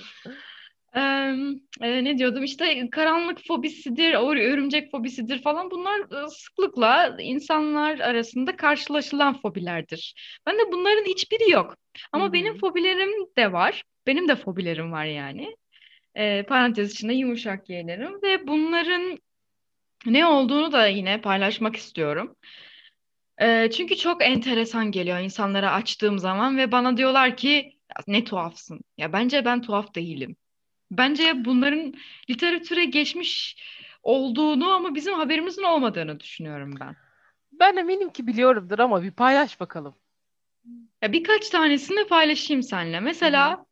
Speaker 1: Ne diyordum işte karanlık fobisidir, örümcek fobisidir falan bunlar sıklıkla insanlar arasında karşılaşılan fobilerdir. Ben de bunların hiçbiri yok.
Speaker 2: Hı
Speaker 1: Ama benim
Speaker 2: hı.
Speaker 1: fobilerim de var. Benim de fobilerim var yani. Parantez içinde yumuşak Y'lerim ve bunların ne olduğunu da yine paylaşmak istiyorum. Çünkü çok enteresan geliyor insanlara açtığım zaman ve bana diyorlar ki "Ya ne tuhafsın." Ya bence ben tuhaf değilim. Bence bunların literatüre geçmiş olduğunu ama bizim haberimizin olmadığını düşünüyorum ben.
Speaker 2: Ben eminim ki biliyorumdur ama bir paylaş bakalım.
Speaker 1: Ya birkaç tanesini paylaşayım seninle.
Speaker 2: Hı hı.
Speaker 1: Mesela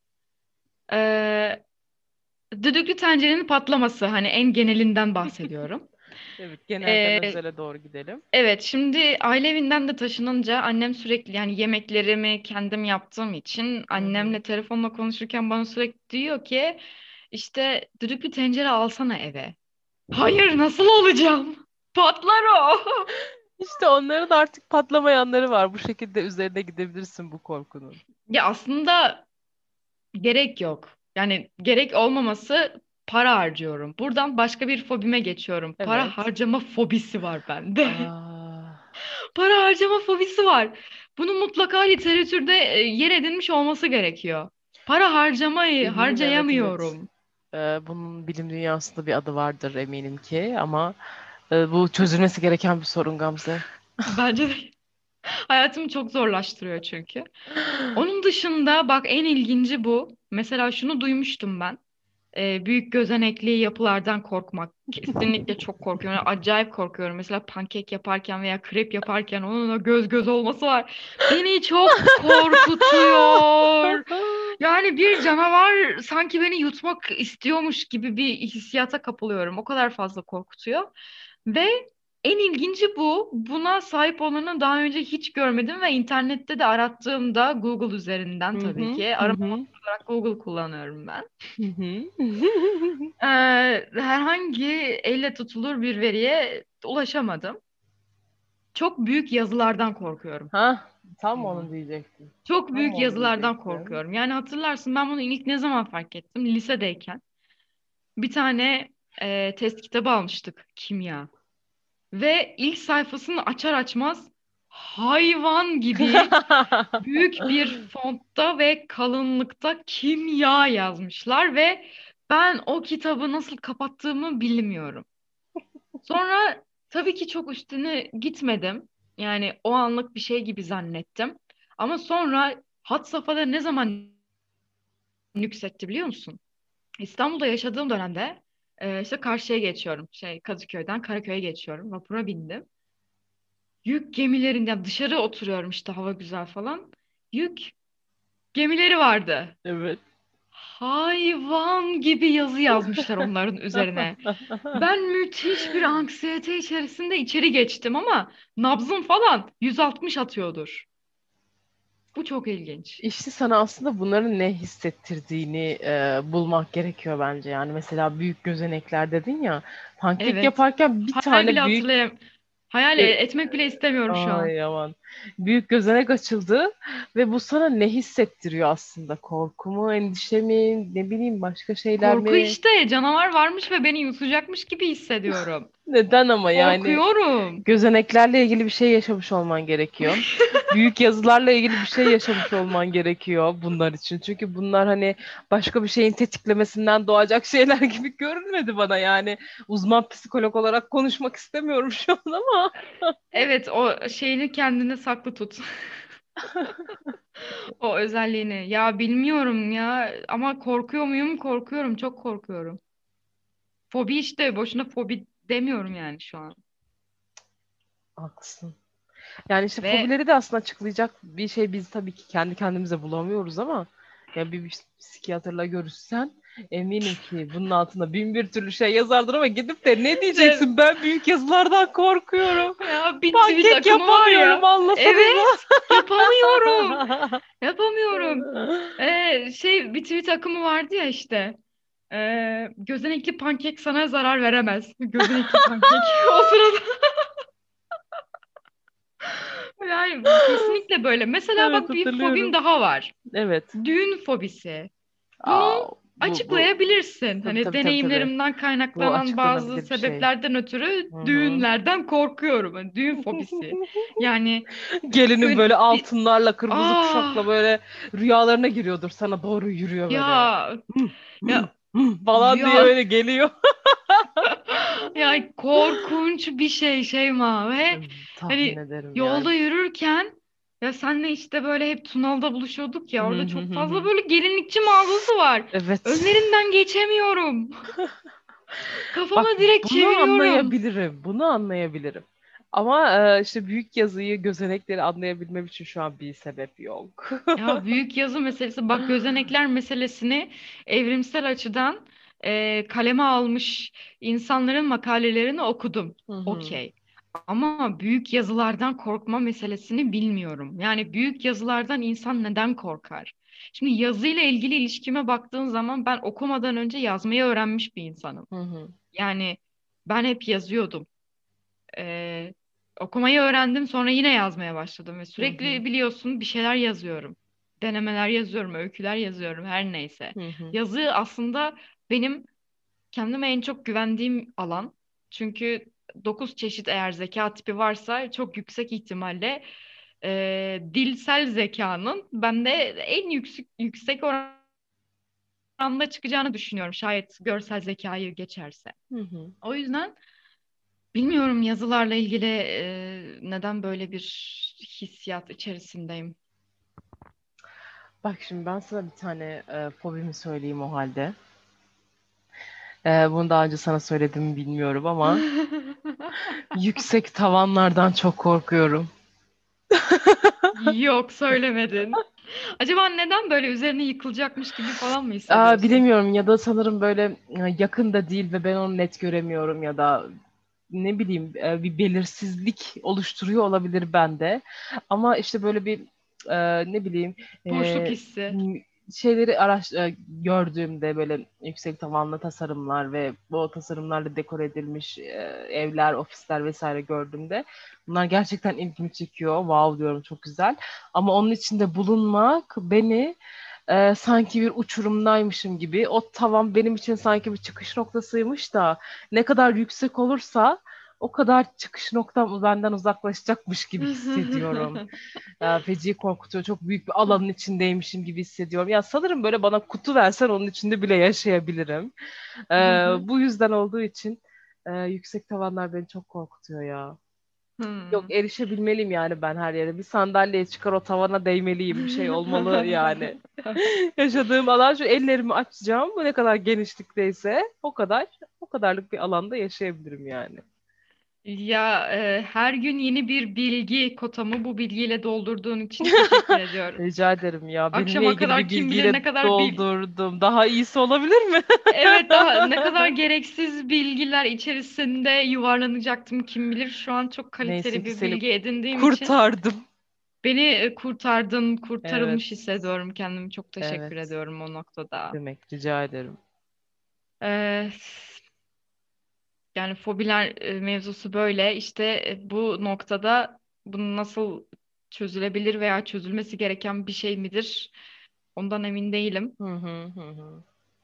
Speaker 1: eee düdüklü tencerenin patlaması hani en genelinden bahsediyorum.
Speaker 2: Evet, genelden
Speaker 1: Eee,
Speaker 2: özele doğru gidelim.
Speaker 1: evet şimdi aile evinden de taşınınca annem sürekli yani yemeklerimi kendim yaptığım için
Speaker 2: Hı hı.
Speaker 1: annemle telefonla konuşurken bana sürekli diyor ki işte düdüklü tencere alsana eve. Hayır nasıl olacağım? Patlar o.
Speaker 2: İşte onların artık patlamayanları var. Bu şekilde üzerine gidebilirsin bu korkunun.
Speaker 1: Ya aslında gerek yok. Yani gerek olmaması para harcıyorum. Buradan başka bir fobime geçiyorum. Para
Speaker 2: Evet.
Speaker 1: harcama fobisi var bende.
Speaker 2: Aa,
Speaker 1: Para harcama fobisi var. Bunun mutlaka literatürde yer edinmiş olması gerekiyor. Para harcamayı
Speaker 2: eminim, evet, evet.
Speaker 1: harcayamıyorum.
Speaker 2: Bunun bilim dünyasında bir adı vardır eminim ki ama bu çözülmesi gereken bir sorun, Gamze.
Speaker 1: Bence de hayatımı çok zorlaştırıyor çünkü. Onun dışında bak en ilginci bu. Mesela şunu duymuştum ben. Büyük gözenekli yapılardan korkmak. Kesinlikle çok korkuyorum. Yani acayip korkuyorum. Mesela pankek yaparken veya krep yaparken onun o göz göz olması var. Beni çok korkutuyor. Yani bir canavar sanki beni yutmak istiyormuş gibi bir hissiyata kapılıyorum. O kadar fazla korkutuyor. Ve en ilginci bu. Buna sahip olanı daha önce hiç görmedim ve internette de arattığımda Google üzerinden
Speaker 2: Hı
Speaker 1: tabii
Speaker 2: hı,
Speaker 1: ki
Speaker 2: hı
Speaker 1: arama
Speaker 2: hı,
Speaker 1: motoru olarak Google kullanıyorum ben.
Speaker 2: hı hı.
Speaker 1: Herhangi elle tutulur bir veriye ulaşamadım. Çok büyük yazılardan korkuyorum.
Speaker 2: Ha, Tam
Speaker 1: Hayvan.
Speaker 2: onu diyecektim.
Speaker 1: Çok
Speaker 2: Tam
Speaker 1: büyük
Speaker 2: onu
Speaker 1: yazılardan
Speaker 2: diyecektim.
Speaker 1: korkuyorum. Yani hatırlarsın, ben bunu ilk ne zaman fark ettim? Lisedeyken. Bir tane test kitabı almıştık, kimya. Ve ilk sayfasını açar açmaz hayvan gibi büyük bir fontta ve kalınlıkta kimya yazmışlar ve ben o kitabı nasıl kapattığımı bilmiyorum. Sonra tabii ki çok üstüne gitmedim. Yani o anlık bir şey gibi zannettim. Ama sonra had safhada ne zaman nüksetti biliyor musun? İstanbul'da yaşadığım dönemde işte karşıya geçiyorum. Kadıköy'den Karaköy'e geçiyorum. Vapura bindim. Yük gemilerinden dışarı oturuyorum, işte hava güzel falan. Yük gemileri vardı.
Speaker 2: Evet.
Speaker 1: Hayvan gibi yazı yazmışlar onların üzerine. Ben müthiş bir anksiyete içerisinde içeri geçtim ama nabzım falan 160 atıyordur. Bu çok ilginç.
Speaker 2: İşte sana aslında bunların ne hissettirdiğini bulmak gerekiyor bence. Yani mesela büyük gözenekler dedin ya, pankek
Speaker 1: Evet.
Speaker 2: yaparken bir
Speaker 1: Hayal bile
Speaker 2: tane büyük
Speaker 1: hatırlayam. Hayal
Speaker 2: gö-
Speaker 1: etmek bile istemiyorum şu an.
Speaker 2: Ay aman. Büyük gözenek açıldı ve bu sana ne hissettiriyor aslında? Korku mu, endişe mi, ne bileyim başka şeyler
Speaker 1: Korku
Speaker 2: mi?
Speaker 1: işte, canavar varmış ve beni yutacakmış gibi hissediyorum.
Speaker 2: Neden ama yani?
Speaker 1: Korkuyorum.
Speaker 2: Gözeneklerle ilgili bir şey yaşamış olman gerekiyor. Büyük yazılarla ilgili bir şey yaşamış olman gerekiyor bunlar için. Çünkü bunlar hani başka bir şeyin tetiklemesinden doğacak şeyler gibi görünmedi bana yani. Uzman psikolog olarak konuşmak istemiyorum şu an ama.
Speaker 1: Evet, o şeyini kendine saklı tut. O özelliğini. Ya bilmiyorum ya, ama korkuyor muyum? Korkuyorum, çok korkuyorum. Fobi işte, boşuna fobi demiyorum yani şu an.
Speaker 2: Haklısın. Yani işte
Speaker 1: Ve
Speaker 2: fobileri de aslında açıklayacak bir şey biz tabii ki kendi kendimize bulamıyoruz ama ya bir psikiyatrla görüşsen eminim ki bunun altında bin bir türlü şey yazardır ama gidip de ne
Speaker 1: de
Speaker 2: diyeceksin, ben büyük yazılardan korkuyorum.
Speaker 1: ya bir tweet
Speaker 2: Pankek
Speaker 1: akımı var
Speaker 2: yapamıyorum,
Speaker 1: ya.
Speaker 2: anlasanıza.
Speaker 1: Evet, yapamıyorum. Yapamıyorum. Bir tweet akımı vardı ya işte. Gözenekli pankek sana zarar veremez. Gözenekli pankek. O sırada yani kesinlikle böyle. Mesela
Speaker 2: Evet,
Speaker 1: bak, bir fobim
Speaker 2: hatırlıyorum.
Speaker 1: daha var.
Speaker 2: Evet.
Speaker 1: Düğün fobisi. Bunu
Speaker 2: Aa, bu
Speaker 1: açıklayabilirsin.
Speaker 2: tabii
Speaker 1: Hani
Speaker 2: tabii tabii tabii.
Speaker 1: deneyimlerimden
Speaker 2: Bu
Speaker 1: kaynaklanan bazı
Speaker 2: açıklanabilir bir şey.
Speaker 1: sebeplerden ötürü
Speaker 2: Hı hı.
Speaker 1: düğünlerden korkuyorum. Hani düğün fobisi. Yani
Speaker 2: Gelinin böyle
Speaker 1: bir
Speaker 2: altınlarla, kırmızı kuşakla
Speaker 1: ah
Speaker 2: böyle rüyalarına giriyordur. Sana doğru yürüyor böyle.
Speaker 1: ya
Speaker 2: Hı, hı,
Speaker 1: ya
Speaker 2: hı falan diye
Speaker 1: rüya
Speaker 2: öyle geliyor.
Speaker 1: ya korkunç bir şey Şeyma. Ve
Speaker 2: Tahmin
Speaker 1: hani
Speaker 2: ederim yani.
Speaker 1: yolda yürürken, ya senle işte böyle hep Tunalı'da buluşuyorduk
Speaker 2: Hı
Speaker 1: ya,
Speaker 2: hı
Speaker 1: orada
Speaker 2: hı
Speaker 1: çok fazla
Speaker 2: hı.
Speaker 1: böyle gelinlikçi mağazası var.
Speaker 2: Evet.
Speaker 1: Önlerinden geçemiyorum.
Speaker 2: Bak,
Speaker 1: Kafamı direkt
Speaker 2: bunu
Speaker 1: çeviriyorum.
Speaker 2: anlayabilirim. Bunu anlayabilirim. Ama işte büyük yazıyı, gözenekleri anlayabilmem için şu an bir sebep yok.
Speaker 1: Ya büyük yazı meselesi, bak, gözenekler meselesini evrimsel açıdan kaleme almış insanların makalelerini okudum.
Speaker 2: Hı hı.
Speaker 1: Okey. Ama büyük yazılardan korkma meselesini bilmiyorum. Yani büyük yazılardan insan neden korkar? Şimdi yazıyla ilgili ilişkime baktığın zaman ben okumadan önce yazmayı öğrenmiş bir insanım.
Speaker 2: Hı hı.
Speaker 1: Yani ben hep yazıyordum. Ee, Okumayı öğrendim, sonra yine yazmaya başladım ve
Speaker 2: Hı hı.
Speaker 1: sürekli biliyorsun bir şeyler yazıyorum. Denemeler yazıyorum, öyküler yazıyorum, her neyse.
Speaker 2: Hı hı.
Speaker 1: Yazı aslında benim kendime en çok güvendiğim alan. Çünkü 9 çeşit eğer zeka tipi varsa çok yüksek ihtimalle dilsel zekanın bende en yüksek oranda çıkacağını düşünüyorum. Şayet görsel zekayı geçerse.
Speaker 2: Hı hı.
Speaker 1: O yüzden bilmiyorum, yazılarla ilgili neden böyle bir hissiyat içerisindeyim.
Speaker 2: Bak şimdi ben sana bir tane fobimi söyleyeyim o halde. Bunu daha önce sana söyledim mi bilmiyorum ama yüksek tavanlardan çok korkuyorum.
Speaker 1: Yok, söylemedin. Acaba neden, böyle üzerine yıkılacakmış gibi falan mı hissediyorsun?
Speaker 2: Bilemiyorum ya da sanırım böyle yakında değil ve ben onu net göremiyorum ya da ne bileyim bir belirsizlik oluşturuyor olabilir bende. Ama işte böyle bir ne bileyim
Speaker 1: Boşluk
Speaker 2: e,
Speaker 1: hissi.
Speaker 2: şeyleri gördüğümde böyle yüksek tavanlı tasarımlar ve bu tasarımlarla dekore edilmiş evler, ofisler vesaire gördüğümde bunlar gerçekten ilgimi çekiyor. Wow diyorum, çok güzel. Ama onun içinde bulunmak beni sanki bir uçurumdaymışım gibi. O tavan benim için sanki bir çıkış noktasıymış da ne kadar yüksek olursa o kadar çıkış noktam benden uzaklaşacakmış gibi hissediyorum. Ya, feci korkutuyor. Çok büyük bir alanın içindeymişim gibi hissediyorum. Ya sanırım böyle bana kutu versen onun içinde bile yaşayabilirim. Bu yüzden olduğu için yüksek tavanlar beni çok korkutuyor ya. Yok,
Speaker 1: Hmm.
Speaker 2: erişebilmeliyim yani ben her yere. Bir sandalyeye çıkar o tavana değmeliyim. Bir şey olmalı yani. Yaşadığım alan, şu ellerimi açacağım. Bu ne kadar genişlikteyse o kadarlık bir alanda yaşayabilirim yani.
Speaker 1: Ya her gün yeni bir bilgi kotamı bu bilgiyle doldurduğun için teşekkür ediyorum.
Speaker 2: Rica ederim ya. Benimle
Speaker 1: Akşama
Speaker 2: ilgili
Speaker 1: kadar
Speaker 2: bir
Speaker 1: kim bilir
Speaker 2: bilgiyle
Speaker 1: ne kadar
Speaker 2: doldurdum. Daha iyisi olabilir mi?
Speaker 1: evet, daha ne kadar gereksiz bilgiler içerisinde yuvarlanacaktım kim bilir. Şu an çok
Speaker 2: Neyse
Speaker 1: kaliteli
Speaker 2: ki
Speaker 1: bir
Speaker 2: seni
Speaker 1: bilgi edindiğim için
Speaker 2: kurtardım.
Speaker 1: beni kurtardın,
Speaker 2: Evet.
Speaker 1: kurtarılmış hissediyorum kendimi. Çok teşekkür
Speaker 2: Evet.
Speaker 1: ediyorum o noktada.
Speaker 2: Demek rica ederim.
Speaker 1: Ee, Yani fobiler mevzusu böyle. İşte bu noktada bunu nasıl çözülebilir veya çözülmesi gereken bir şey midir? Ondan emin değilim.
Speaker 2: Hı hı hı hı.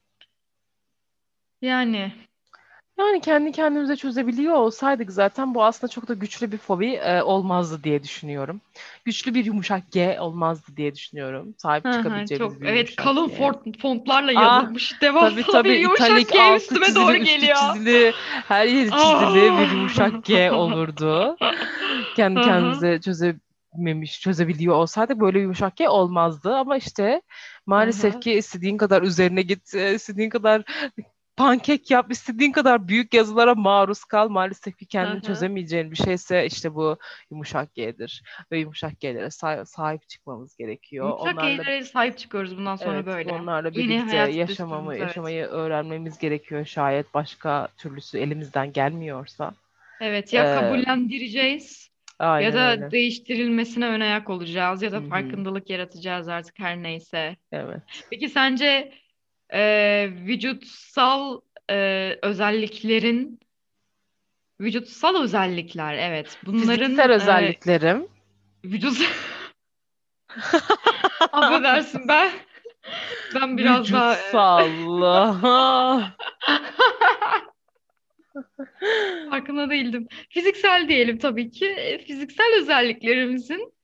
Speaker 1: Yani
Speaker 2: Yani kendi kendimize çözebiliyor olsaydık zaten bu aslında çok da güçlü bir fobi olmazdı diye düşünüyorum. Güçlü bir yumuşak G olmazdı diye düşünüyorum. Sahip
Speaker 1: hı hı,
Speaker 2: çıkabileceğimiz
Speaker 1: çok
Speaker 2: bir
Speaker 1: evet,
Speaker 2: yumuşak
Speaker 1: kalın
Speaker 2: G.
Speaker 1: fontlarla
Speaker 2: Ah,
Speaker 1: yazılmış
Speaker 2: tabii
Speaker 1: devasa
Speaker 2: tabii,
Speaker 1: bir yumuşak
Speaker 2: italik,
Speaker 1: G
Speaker 2: altı
Speaker 1: üstüme
Speaker 2: çizili,
Speaker 1: doğru
Speaker 2: üstü
Speaker 1: geliyor.
Speaker 2: çizili, her yeri çizili bir yumuşak G
Speaker 1: Ah!
Speaker 2: olurdu. Kendi
Speaker 1: Hı hı,
Speaker 2: kendimize çözebiliyor olsaydık böyle bir yumuşak G olmazdı. Ama işte
Speaker 1: hı
Speaker 2: maalesef
Speaker 1: hı,
Speaker 2: ki istediğin kadar üzerine git, istediğin kadar pankek yap, istediğin kadar büyük yazılara maruz kal. Maalesef ki
Speaker 1: hı
Speaker 2: kendini
Speaker 1: hı.
Speaker 2: çözemeyeceğin bir şeyse işte bu yumuşak G'dir. Ve yumuşak G'lere sahip çıkmamız gerekiyor.
Speaker 1: Yumuşak
Speaker 2: Onlarla,
Speaker 1: G'lere sahip çıkıyoruz bundan sonra
Speaker 2: evet,
Speaker 1: böyle.
Speaker 2: onlarla
Speaker 1: Yeni
Speaker 2: birlikte
Speaker 1: hayat düsturumuz, evet.
Speaker 2: yaşamayı öğrenmemiz gerekiyor. Şayet başka türlüsü elimizden gelmiyorsa.
Speaker 1: Evet, ya
Speaker 2: Ee,
Speaker 1: kabullendireceğiz ya
Speaker 2: aynen
Speaker 1: da
Speaker 2: öyle.
Speaker 1: değiştirilmesine ön ayak olacağız ya
Speaker 2: Hı
Speaker 1: da
Speaker 2: hı.
Speaker 1: farkındalık yaratacağız artık her neyse.
Speaker 2: Evet.
Speaker 1: Peki sence vücutsal özelliklerin vücutsal özellikler, evet,
Speaker 2: Fiziksel
Speaker 1: bunların
Speaker 2: özelliklerim.
Speaker 1: vücut affedersin, ben biraz daha
Speaker 2: Vücutsal.
Speaker 1: farkında değildim. Fiziksel diyelim tabii ki. Fiziksel özelliklerimizin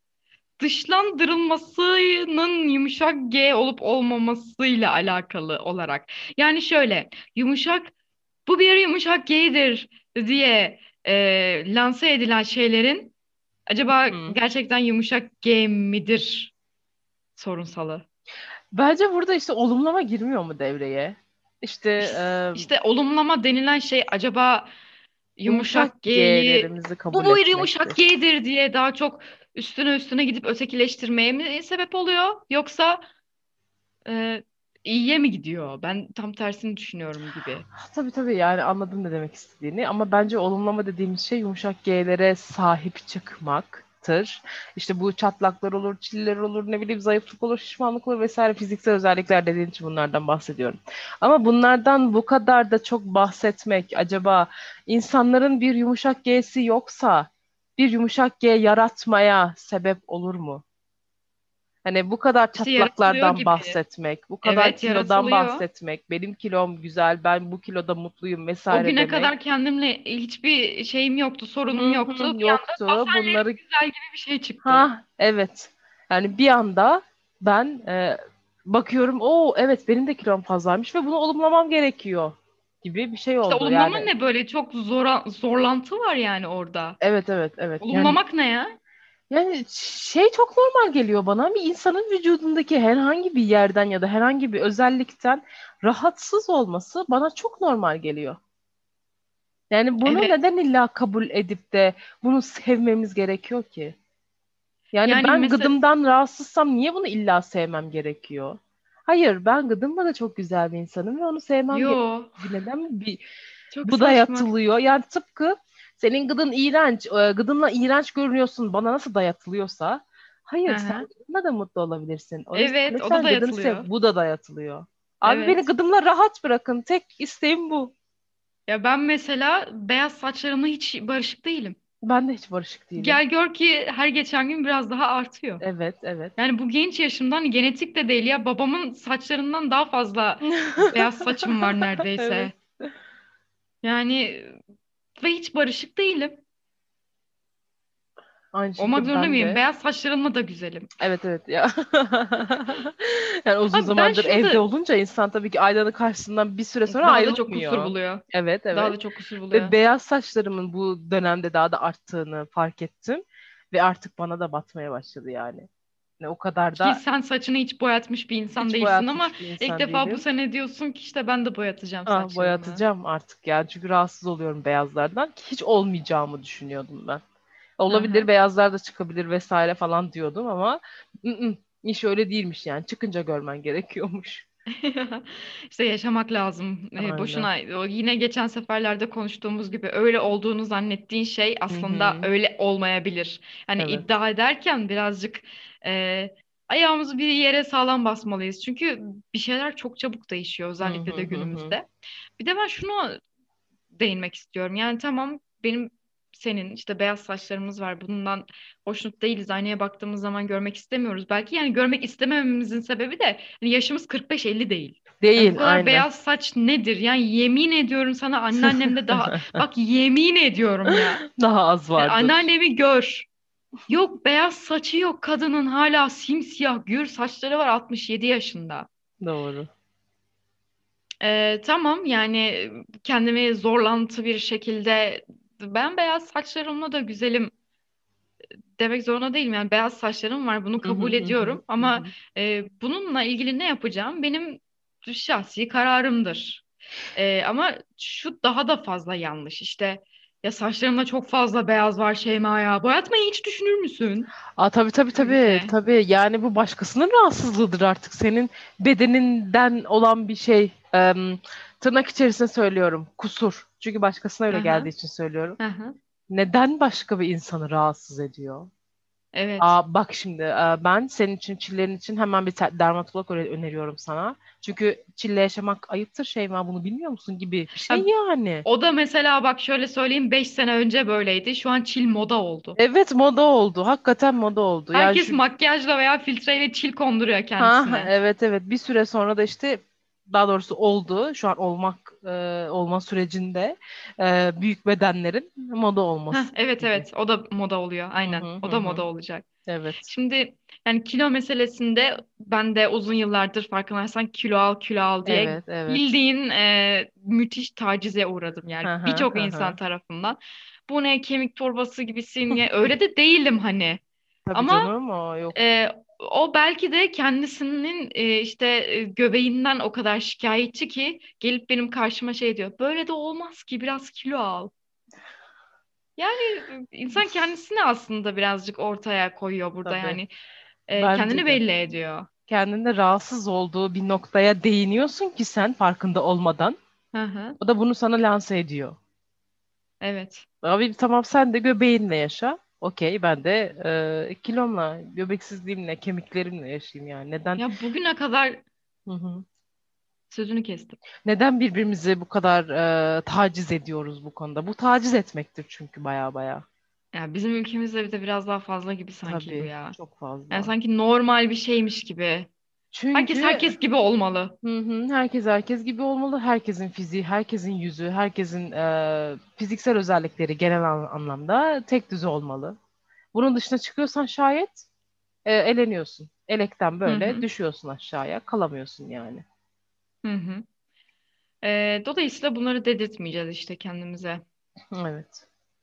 Speaker 1: dışlandırılmasının yumuşak G olup olmamasıyla alakalı olarak. Yani şöyle, yumuşak, bu bir yumuşak G'dir diye lanse edilen şeylerin acaba
Speaker 2: Hı.
Speaker 1: gerçekten yumuşak G midir sorunsalı.
Speaker 2: Bence burada işte olumlama girmiyor mu devreye? İşte
Speaker 1: İşte olumlama denilen şey acaba
Speaker 2: yumuşak
Speaker 1: yumuşak G'yi
Speaker 2: G'lerimizi
Speaker 1: bu
Speaker 2: kabul
Speaker 1: bu bir yumuşak
Speaker 2: etmektir.
Speaker 1: G'dir diye daha çok üstüne gidip ötekileştirmeye mi sebep oluyor? Yoksa e, iyiye mi gidiyor? Ben tam tersini düşünüyorum gibi.
Speaker 2: Tabii tabii, yani anladım ne demek istediğini, ama bence olumlama dediğimiz şey yumuşak G'lere sahip çıkmaktır. İşte bu çatlaklar olur, çiller olur, ne bileyim zayıflık olur, şişmanlık olur vesaire, fiziksel özellikler dediğin için bunlardan bahsediyorum. Ama bunlardan bu kadar da çok bahsetmek, acaba insanların bir yumuşak G'si yoksa bir yumuşak G yaratmaya sebep olur mu? Hani bu kadar
Speaker 1: İşte yaratılıyor
Speaker 2: çatlaklardan
Speaker 1: gibi.
Speaker 2: bahsetmek, bu kadar
Speaker 1: Evet,
Speaker 2: kilodan
Speaker 1: yaratılıyor.
Speaker 2: bahsetmek, benim kilom güzel, ben bu kiloda mutluyum
Speaker 1: O
Speaker 2: vesaire
Speaker 1: güne
Speaker 2: demek.
Speaker 1: kadar kendimle hiçbir şeyim yoktu, sorunum
Speaker 2: Hı hı,
Speaker 1: yoktu. Bir anda
Speaker 2: yoktu.
Speaker 1: basenlerim
Speaker 2: Bunları,
Speaker 1: güzel gibi bir şey çıktı.
Speaker 2: ha evet. Yani bir anda ben bakıyorum, o evet benim de kilom fazlaymış ve bunu olumlamam gerekiyor gibi bir şey
Speaker 1: İşte
Speaker 2: oldu.
Speaker 1: olumlama
Speaker 2: Yani
Speaker 1: ne, böyle çok zorlantı var yani orada.
Speaker 2: evet evet evet.
Speaker 1: Olumlamak ne ya?
Speaker 2: Yani şey çok normal geliyor bana. Bir insanın vücudundaki herhangi bir yerden ya da herhangi bir özellikten rahatsız olması bana çok normal geliyor. Yani bunu
Speaker 1: Evet.
Speaker 2: neden illa kabul edip de bunu sevmemiz gerekiyor ki? Yani
Speaker 1: Yani
Speaker 2: ben
Speaker 1: mesela
Speaker 2: gıdımdan rahatsızsam niye bunu illa sevmem gerekiyor? Hayır, ben gıdımla da çok güzel bir insanım ve onu sevmem gerekiyor
Speaker 1: yo,
Speaker 2: gibi. Neden
Speaker 1: çok
Speaker 2: bu
Speaker 1: saçma.
Speaker 2: dayatılıyor? Yani tıpkı senin gıdın iğrenç, gıdınla iğrenç görünüyorsun bana nasıl dayatılıyorsa, Hayır, sen
Speaker 1: Aha.
Speaker 2: bununla da mutlu olabilirsin. O yüzden
Speaker 1: Evet, o da
Speaker 2: lütfen gıdını sev.
Speaker 1: dayatılıyor.
Speaker 2: Bu da dayatılıyor. Abi beni
Speaker 1: Evet.
Speaker 2: gıdımla rahat bırakın. Tek isteğim bu.
Speaker 1: Ya ben mesela beyaz saçlarımla hiç barışık değilim.
Speaker 2: Ben de hiç barışık değilim.
Speaker 1: Gel gör ki her geçen gün biraz daha artıyor.
Speaker 2: Evet, evet.
Speaker 1: Yani bu genç yaşımdan genetik de değil ya. Babamın saçlarından daha fazla beyaz saçım var
Speaker 2: Evet.
Speaker 1: neredeyse. Yani ve hiç barışık değilim.
Speaker 2: Aynı
Speaker 1: Olmak
Speaker 2: şekilde
Speaker 1: zorunda
Speaker 2: ben
Speaker 1: mıyım?
Speaker 2: de.
Speaker 1: Beyaz saçlarımla da güzelim.
Speaker 2: Evet, evet ya. Yani uzun
Speaker 1: Abi ben
Speaker 2: zamandır
Speaker 1: şunu
Speaker 2: evde
Speaker 1: da
Speaker 2: olunca insan tabii ki aynanın karşısından bir süre sonra
Speaker 1: daha da çok kusur
Speaker 2: ayrılamıyor.
Speaker 1: buluyor.
Speaker 2: Evet,
Speaker 1: Daha
Speaker 2: evet.
Speaker 1: da çok kusur
Speaker 2: Ve
Speaker 1: buluyor.
Speaker 2: beyaz saçlarımın bu dönemde daha da arttığını fark ettim. Ve artık bana da batmaya başladı yani. O kadar
Speaker 1: Ki
Speaker 2: da
Speaker 1: sen saçını hiç boyatmış bir insan
Speaker 2: hiç
Speaker 1: değilsin ama
Speaker 2: boyatmış bir
Speaker 1: ilk
Speaker 2: insan
Speaker 1: defa bu
Speaker 2: değilim.
Speaker 1: sene diyorsun ki işte ben de boyatacağım
Speaker 2: Ah,
Speaker 1: saçlarımı.
Speaker 2: boyatacağım artık yani. Çünkü rahatsız oluyorum beyazlardan. Ki hiç olmayacağımı düşünüyordum ben.
Speaker 1: Hı
Speaker 2: Olabilir,
Speaker 1: hı.
Speaker 2: beyazlar da çıkabilir vesaire falan diyordum ama iş öyle değilmiş yani. Çıkınca görmen gerekiyormuş.
Speaker 1: İşte yaşamak lazım.
Speaker 2: Aynen.
Speaker 1: Boşuna o yine geçen seferlerde konuştuğumuz gibi öyle olduğunu zannettiğin şey
Speaker 2: Hı
Speaker 1: aslında
Speaker 2: hı.
Speaker 1: öyle olmayabilir. Yani
Speaker 2: Evet.
Speaker 1: iddia ederken birazcık ayağımızı bir yere sağlam basmalıyız. Çünkü bir şeyler çok çabuk değişiyor
Speaker 2: Hı
Speaker 1: özellikle
Speaker 2: hı
Speaker 1: de
Speaker 2: hı hı.
Speaker 1: günümüzde. Bir de ben şunu değinmek istiyorum. Yani tamam benim senin işte beyaz saçlarımız var. Bundan hoşnut değiliz. Aynaya baktığımız zaman görmek istemiyoruz. Belki yani görmek istemememizin sebebi de hani yaşımız 45-50 değil. Yani bu
Speaker 2: Değil,
Speaker 1: kadar
Speaker 2: aynen.
Speaker 1: beyaz saç nedir? Yani yemin ediyorum sana anneannemde daha bak yemin ediyorum ya.
Speaker 2: Daha az
Speaker 1: Yani
Speaker 2: vardır.
Speaker 1: anneannemi gör. Yok beyaz saçı yok kadının hala simsiyah gür saçları var 67 yaşında.
Speaker 2: Doğru.
Speaker 1: Tamam yani kendimi zorlantı bir şekilde ben beyaz saçlarımla da güzelim demek zorunda değilim. Yani beyaz saçlarım var bunu
Speaker 2: Hı hı
Speaker 1: kabul
Speaker 2: hı hı
Speaker 1: ediyorum
Speaker 2: hı
Speaker 1: ama
Speaker 2: hı.
Speaker 1: bununla ilgili ne yapacağım benim şahsi kararımdır. Ama şu daha da fazla yanlış işte ya saçlarımda çok fazla beyaz var Şeyma ya boyatmayı hiç düşünür müsün
Speaker 2: Aa, tabii tabii
Speaker 1: gibi bir
Speaker 2: tabii
Speaker 1: şey.
Speaker 2: tabii yani bu başkasının rahatsızlığıdır artık senin bedeninden olan bir şey. Tırnak içerisinde söylüyorum kusur, çünkü başkasına öyle geldiği
Speaker 1: Aha,
Speaker 2: için söylüyorum.
Speaker 1: aha.
Speaker 2: Neden başka bir insanı rahatsız ediyor?
Speaker 1: Evet.
Speaker 2: Aa, bak şimdi ben senin için çillerin için hemen bir dermatolog öneriyorum sana. Çünkü çille yaşamak ayıptır Şeyma, bunu bilmiyor musun gibi bir şey
Speaker 1: Ha,
Speaker 2: yani.
Speaker 1: o da mesela bak şöyle söyleyeyim 5 sene önce böyleydi. Şu an çil moda oldu.
Speaker 2: Evet, moda oldu. Hakikaten moda oldu. Yani
Speaker 1: Herkes
Speaker 2: şu
Speaker 1: makyajla veya filtreyle çil konduruyor
Speaker 2: ha,
Speaker 1: kendisine.
Speaker 2: evet evet, bir süre sonra da işte daha doğrusu oldu. Şu an olma sürecinde büyük bedenlerin moda
Speaker 1: Heh,
Speaker 2: olması
Speaker 1: evet
Speaker 2: gibi.
Speaker 1: evet o da moda oluyor
Speaker 2: Hı
Speaker 1: aynen.
Speaker 2: hı
Speaker 1: O
Speaker 2: hı
Speaker 1: da moda
Speaker 2: hı.
Speaker 1: olacak.
Speaker 2: Evet.
Speaker 1: Şimdi yani kilo meselesinde ben de uzun yıllardır farkındaysan kilo al kilo al diye
Speaker 2: Evet evet.
Speaker 1: bildiğin müthiş tacize uğradım yani
Speaker 2: Hı hı
Speaker 1: birçok
Speaker 2: hı
Speaker 1: insan
Speaker 2: hı.
Speaker 1: tarafından. Bu ne kemik torbası gibisin ya öyle de değilim hani.
Speaker 2: Tabii
Speaker 1: Ama
Speaker 2: canım, o yok.
Speaker 1: Ee, o belki de kendisinin işte göbeğinden o kadar şikayetçi ki gelip benim karşıma şey diyor. Böyle de olmaz ki biraz kilo al. Yani insan kendisini aslında birazcık ortaya koyuyor burada
Speaker 2: Tabii.
Speaker 1: yani
Speaker 2: Bence
Speaker 1: kendini
Speaker 2: de.
Speaker 1: belli ediyor.
Speaker 2: Kendinde rahatsız olduğu bir noktaya değiniyorsun ki sen farkında olmadan.
Speaker 1: Hı hı,
Speaker 2: O da bunu sana lanse ediyor.
Speaker 1: evet.
Speaker 2: Abi tamam, sen de göbeğinle yaşa. Okey, ben de kilomla, göbeksizliğimle, kemiklerimle yaşayayım yani. Neden?
Speaker 1: Ya bugüne kadar
Speaker 2: Hı hı.
Speaker 1: sözünü kestim.
Speaker 2: Neden birbirimizi bu kadar taciz ediyoruz bu konuda? Bu taciz etmektir çünkü baya baya.
Speaker 1: Ya bizim ülkemizde bir de biraz daha fazla gibi sanki bu
Speaker 2: Tabii,
Speaker 1: ya.
Speaker 2: çok
Speaker 1: Yani
Speaker 2: fazla.
Speaker 1: sanki normal bir şeymiş gibi. Herkes
Speaker 2: Çünkü
Speaker 1: herkes gibi olmalı.
Speaker 2: herkes herkes gibi olmalı. Herkesin fiziği, herkesin yüzü, herkesin fiziksel özellikleri genel anlamda tek düze olmalı. Bunun dışına çıkıyorsan şayet eleniyorsun. Elekten
Speaker 1: Hı
Speaker 2: böyle
Speaker 1: hı,
Speaker 2: düşüyorsun aşağıya, kalamıyorsun yani.
Speaker 1: hı hı. Dolayısıyla bunları dedirtmeyeceğiz işte kendimize.
Speaker 2: Evet.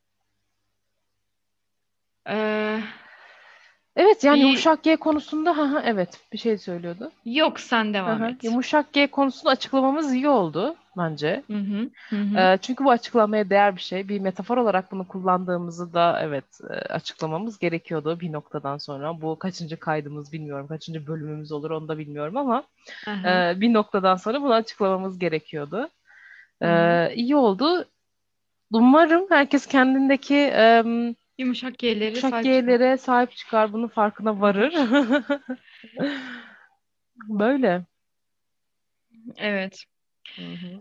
Speaker 1: Ee,
Speaker 2: Evet, yani
Speaker 1: bir
Speaker 2: yumuşak G konusunda evet, bir şey söylüyordu.
Speaker 1: yok sen devam et.
Speaker 2: Yumuşak G konusunu açıklamamız iyi oldu bence.
Speaker 1: Hı hı, hı hı,
Speaker 2: Çünkü bu açıklamaya değer bir şey. Bir metafor olarak bunu kullandığımızı da evet açıklamamız gerekiyordu bir noktadan sonra. Bu kaçıncı kaydımız bilmiyorum, kaçıncı bölümümüz olur onu da bilmiyorum ama
Speaker 1: aha,
Speaker 2: bir noktadan sonra bunu açıklamamız gerekiyordu.
Speaker 1: hı hı.
Speaker 2: İyi oldu. Umarım herkes kendindeki
Speaker 1: Yumuşak G'leri
Speaker 2: Yumuşak
Speaker 1: sahip çıkar.
Speaker 2: G'lere sahip çıkar, bunun farkına
Speaker 1: Hı hı.
Speaker 2: varır. Böyle.
Speaker 1: Evet.
Speaker 2: Hı hı.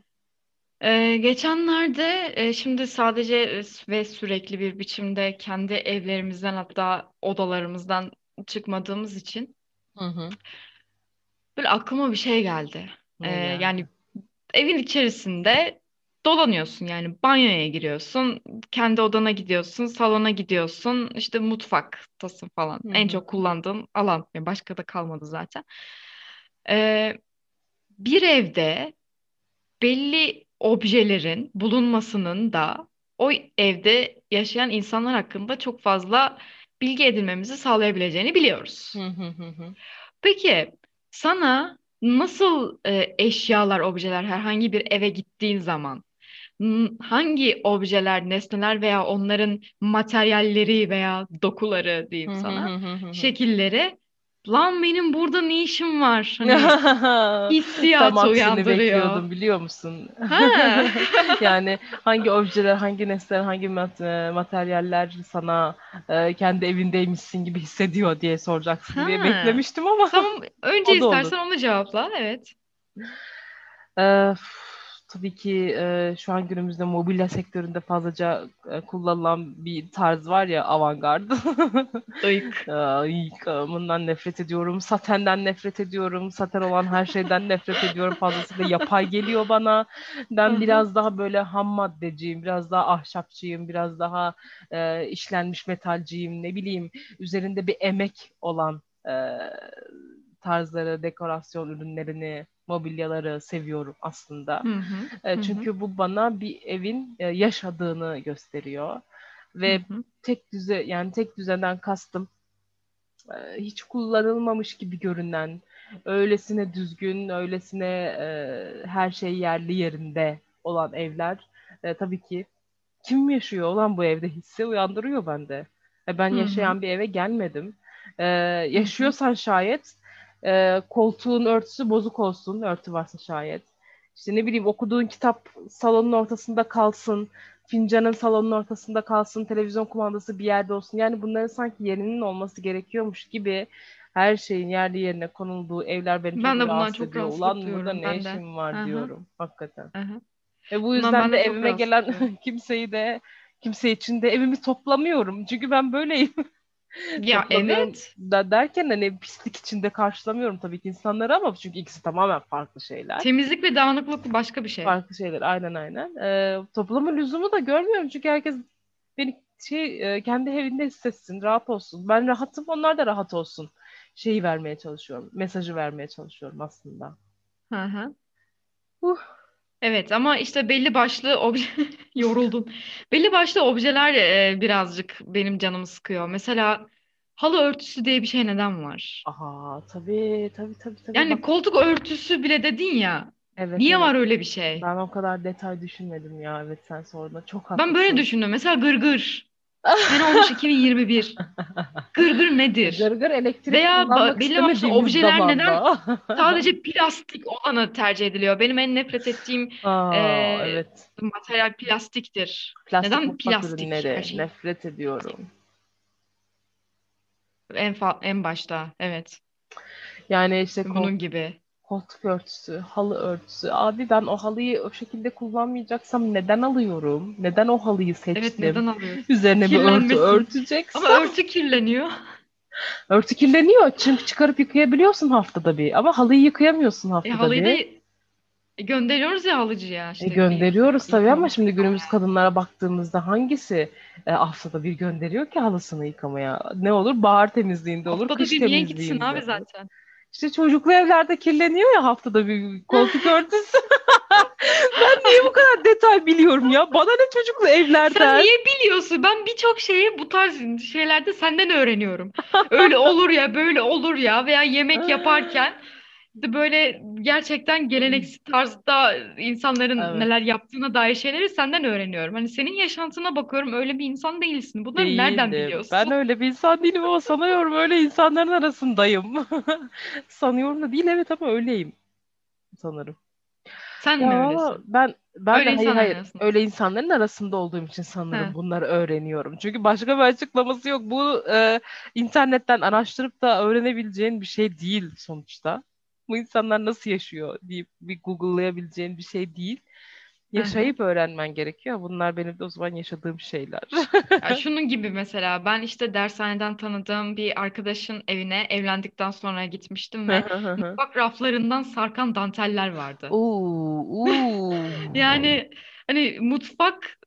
Speaker 1: Geçenlerde şimdi sadece ve sürekli bir biçimde kendi evlerimizden hatta odalarımızdan çıkmadığımız için
Speaker 2: Hı hı.
Speaker 1: böyle aklıma bir şey geldi.
Speaker 2: Ne geldi?
Speaker 1: Yani evin içerisinde dolanıyorsun, yani banyoya giriyorsun, kendi odana gidiyorsun, salona gidiyorsun, işte mutfaktasın falan.
Speaker 2: Hı
Speaker 1: En
Speaker 2: hı.
Speaker 1: çok kullandığın alan. Yani başka da kalmadı zaten. Ee, Bir evde belli objelerin bulunmasının da o evde yaşayan insanlar hakkında çok fazla bilgi edinmemizi sağlayabileceğini biliyoruz.
Speaker 2: Hı hı hı hı.
Speaker 1: Peki sana nasıl eşyalar, objeler herhangi bir eve gittiğin zaman hangi objeler, nesneler veya onların materyalleri veya dokuları
Speaker 2: Hı
Speaker 1: diyeyim
Speaker 2: hı
Speaker 1: sana,
Speaker 2: hı hı hı.
Speaker 1: şekilleri lan benim burada ne işim var? Hani
Speaker 2: Tam
Speaker 1: hissiyatı
Speaker 2: aksini
Speaker 1: uyandırıyor.
Speaker 2: bekliyordum, biliyor musun?
Speaker 1: Ha.
Speaker 2: Yani hangi objeler, hangi nesneler, hangi materyaller sana kendi evindeymişsin gibi hissediyor diye soracaksın diye
Speaker 1: Ha.
Speaker 2: beklemiştim ama
Speaker 1: Tamam, önce
Speaker 2: o da olur.
Speaker 1: istersen onu cevapla. Evet.
Speaker 2: Ee, tabii ki şu an günümüzde mobilya sektöründe fazlaca kullanılan bir tarz var ya, avantgard.
Speaker 1: Iyık.
Speaker 2: Ay, bundan nefret ediyorum. Satenden nefret ediyorum. Saten olan her şeyden nefret ediyorum. Fazlasıyla yapay geliyor bana. Ben
Speaker 1: Aha.
Speaker 2: biraz daha böyle ham maddeciyim. Biraz daha ahşapçıyım. Biraz daha işlenmiş metalciyim. Ne bileyim, üzerinde bir emek olan tarzları, dekorasyon ürünlerini, mobilyaları seviyorum aslında.
Speaker 1: Hı hı. Hı hı.
Speaker 2: Çünkü bu bana bir evin yaşadığını gösteriyor.
Speaker 1: Hı
Speaker 2: Ve
Speaker 1: hı.
Speaker 2: tek düzeden kastım hiç kullanılmamış gibi görünen, öylesine düzgün, öylesine her şey yerli yerinde olan evler tabii ki kim yaşıyor olan bu evde hissi uyandırıyor bende. Ben
Speaker 1: Hı hı.
Speaker 2: yaşayan bir eve gelmedim.
Speaker 1: Hı hı.
Speaker 2: Yaşıyorsan şayet koltuğun örtüsü bozuk olsun, örtü varsa şayet. İşte ne bileyim, okuduğun kitap salonun ortasında kalsın, fincanın salonun ortasında kalsın, televizyon kumandası bir yerde olsun. Yani bunların sanki yerinin olması gerekiyormuş gibi her şeyin yerli yerine konulduğu evler beni çok
Speaker 1: Ben de bundan
Speaker 2: rahatsız
Speaker 1: çok
Speaker 2: ediyor. Ulan
Speaker 1: rahatsızlık
Speaker 2: burada
Speaker 1: duyuyorum
Speaker 2: ne
Speaker 1: ben de.
Speaker 2: işim var
Speaker 1: Aha.
Speaker 2: diyorum hakikaten.
Speaker 1: Aha.
Speaker 2: Ve bu
Speaker 1: Bundan
Speaker 2: yüzden
Speaker 1: ben
Speaker 2: de
Speaker 1: de çok
Speaker 2: evime
Speaker 1: rahatsızlık
Speaker 2: gelen
Speaker 1: duyuyorum.
Speaker 2: kimse için de evimi toplamıyorum. Çünkü ben böyleyim.
Speaker 1: Ya
Speaker 2: Toplamıyorum
Speaker 1: evet.
Speaker 2: derken hani pislik içinde karşılamıyorum tabii ki insanları, ama çünkü ikisi tamamen farklı şeyler.
Speaker 1: Temizlik ve dağınıklık başka bir şey.
Speaker 2: Farklı şeyler, aynen aynen. Toplama lüzumu da görmüyorum çünkü herkes beni kendi evinde hissetsin, rahat olsun. Ben rahatım, onlar da rahat olsun. Şeyi vermeye çalışıyorum, mesajı vermeye çalışıyorum aslında.
Speaker 1: Hı hı.
Speaker 2: Uh.
Speaker 1: Evet ama işte belli başlı obje yoruldum. Belli başlı objeler birazcık benim canımı sıkıyor. Mesela halı örtüsü diye bir şey neden var?
Speaker 2: Aha, tabii tabii tabii tabii,
Speaker 1: Yani
Speaker 2: bak.
Speaker 1: koltuk örtüsü bile dedin ya.
Speaker 2: Evet
Speaker 1: Niye
Speaker 2: evet.
Speaker 1: var öyle bir şey?
Speaker 2: Ben o kadar detay düşünmedim ya. Evet, sen sorduğunda çok
Speaker 1: Ben böyle
Speaker 2: haklısın.
Speaker 1: düşündüm. Mesela gırgır. Sene olmuş 2021. Gırgır nedir?
Speaker 2: Gırgır elektrik
Speaker 1: Veya
Speaker 2: kullanmak
Speaker 1: belli başlı
Speaker 2: istemediğimiz
Speaker 1: objeler neden
Speaker 2: zamanda.
Speaker 1: sadece plastik olanı tercih ediliyor? Benim en nefret ettiğim
Speaker 2: Aa, evet.
Speaker 1: materyal plastiktir.
Speaker 2: Plastik
Speaker 1: Neden
Speaker 2: mutfak
Speaker 1: plastik her
Speaker 2: ürünleri.
Speaker 1: şey?
Speaker 2: Nefret ediyorum.
Speaker 1: En başta evet.
Speaker 2: Yani işte
Speaker 1: Bunun gibi.
Speaker 2: koltuk örtüsü, halı örtüsü. Abi ben o halıyı o şekilde kullanmayacaksam neden alıyorum? Neden o halıyı
Speaker 1: Evet,
Speaker 2: seçtim?
Speaker 1: neden alıyorsun?
Speaker 2: Üzerine bir örtü
Speaker 1: Kirlenmesin. Ama
Speaker 2: örteceksem.
Speaker 1: örtü kirleniyor.
Speaker 2: Örtü kirleniyor çünkü çıkarıp yıkayabiliyorsun haftada bir. Ama halıyı yıkayamıyorsun haftada
Speaker 1: Halıyı da
Speaker 2: bir.
Speaker 1: gönderiyoruz ya halıcıya işte
Speaker 2: Gönderiyoruz tabii, ama
Speaker 1: yıkamak
Speaker 2: şimdi
Speaker 1: için.
Speaker 2: günümüz kadınlara baktığımızda hangisi haftada bir gönderiyor ki halısını yıkamaya? Ne olur? Bahar temizliğinde olur,
Speaker 1: Haftada
Speaker 2: kış
Speaker 1: bir niye gitsin
Speaker 2: temizliğinde
Speaker 1: abi
Speaker 2: olur.
Speaker 1: zaten?
Speaker 2: İşte çocuklu evlerde kirleniyor ya haftada bir koltuk örtüsü. Ben niye bu kadar detay biliyorum ya? Bana ne çocuklu
Speaker 1: Sen
Speaker 2: evlerden?
Speaker 1: niye biliyorsun? Ben birçok şeyi bu tarz şeylerde senden öğreniyorum. Öyle olur ya, böyle olur ya veya yemek yaparken de böyle gerçekten geleneksel tarzda insanların
Speaker 2: Evet,
Speaker 1: neler yaptığına dair şeyleri senden öğreniyorum. Hani senin yaşantına bakıyorum, öyle bir insan değilsin. Bunları nereden
Speaker 2: değilim. Ben
Speaker 1: biliyorsun?
Speaker 2: öyle bir insan değilim ama sanıyorum öyle insanların arasındayım. Sanıyorum da değil, evet, ama öyleyim sanırım.
Speaker 1: Sen
Speaker 2: Ya
Speaker 1: mi
Speaker 2: valla
Speaker 1: öylesin?
Speaker 2: ben de
Speaker 1: Öyle
Speaker 2: hayır
Speaker 1: insanların
Speaker 2: hayır
Speaker 1: arasında.
Speaker 2: öyle insanların arasında olduğum için sanırım
Speaker 1: He.
Speaker 2: bunları öğreniyorum. Çünkü başka bir açıklaması yok. Bu internetten araştırıp da öğrenebileceğin bir şey değil sonuçta. Bu insanlar nasıl yaşıyor deyip bir Google'layabileceğin bir şey değil.
Speaker 1: Hı hı.
Speaker 2: Yaşayıp öğrenmen gerekiyor. Bunlar benim de o zaman yaşadığım şeyler.
Speaker 1: Ya şunun gibi mesela ben işte dershaneden tanıdığım bir arkadaşın evine evlendikten sonra gitmiştim ve mutfak raflarından sarkan danteller vardı.
Speaker 2: Oo.
Speaker 1: Yani hani mutfak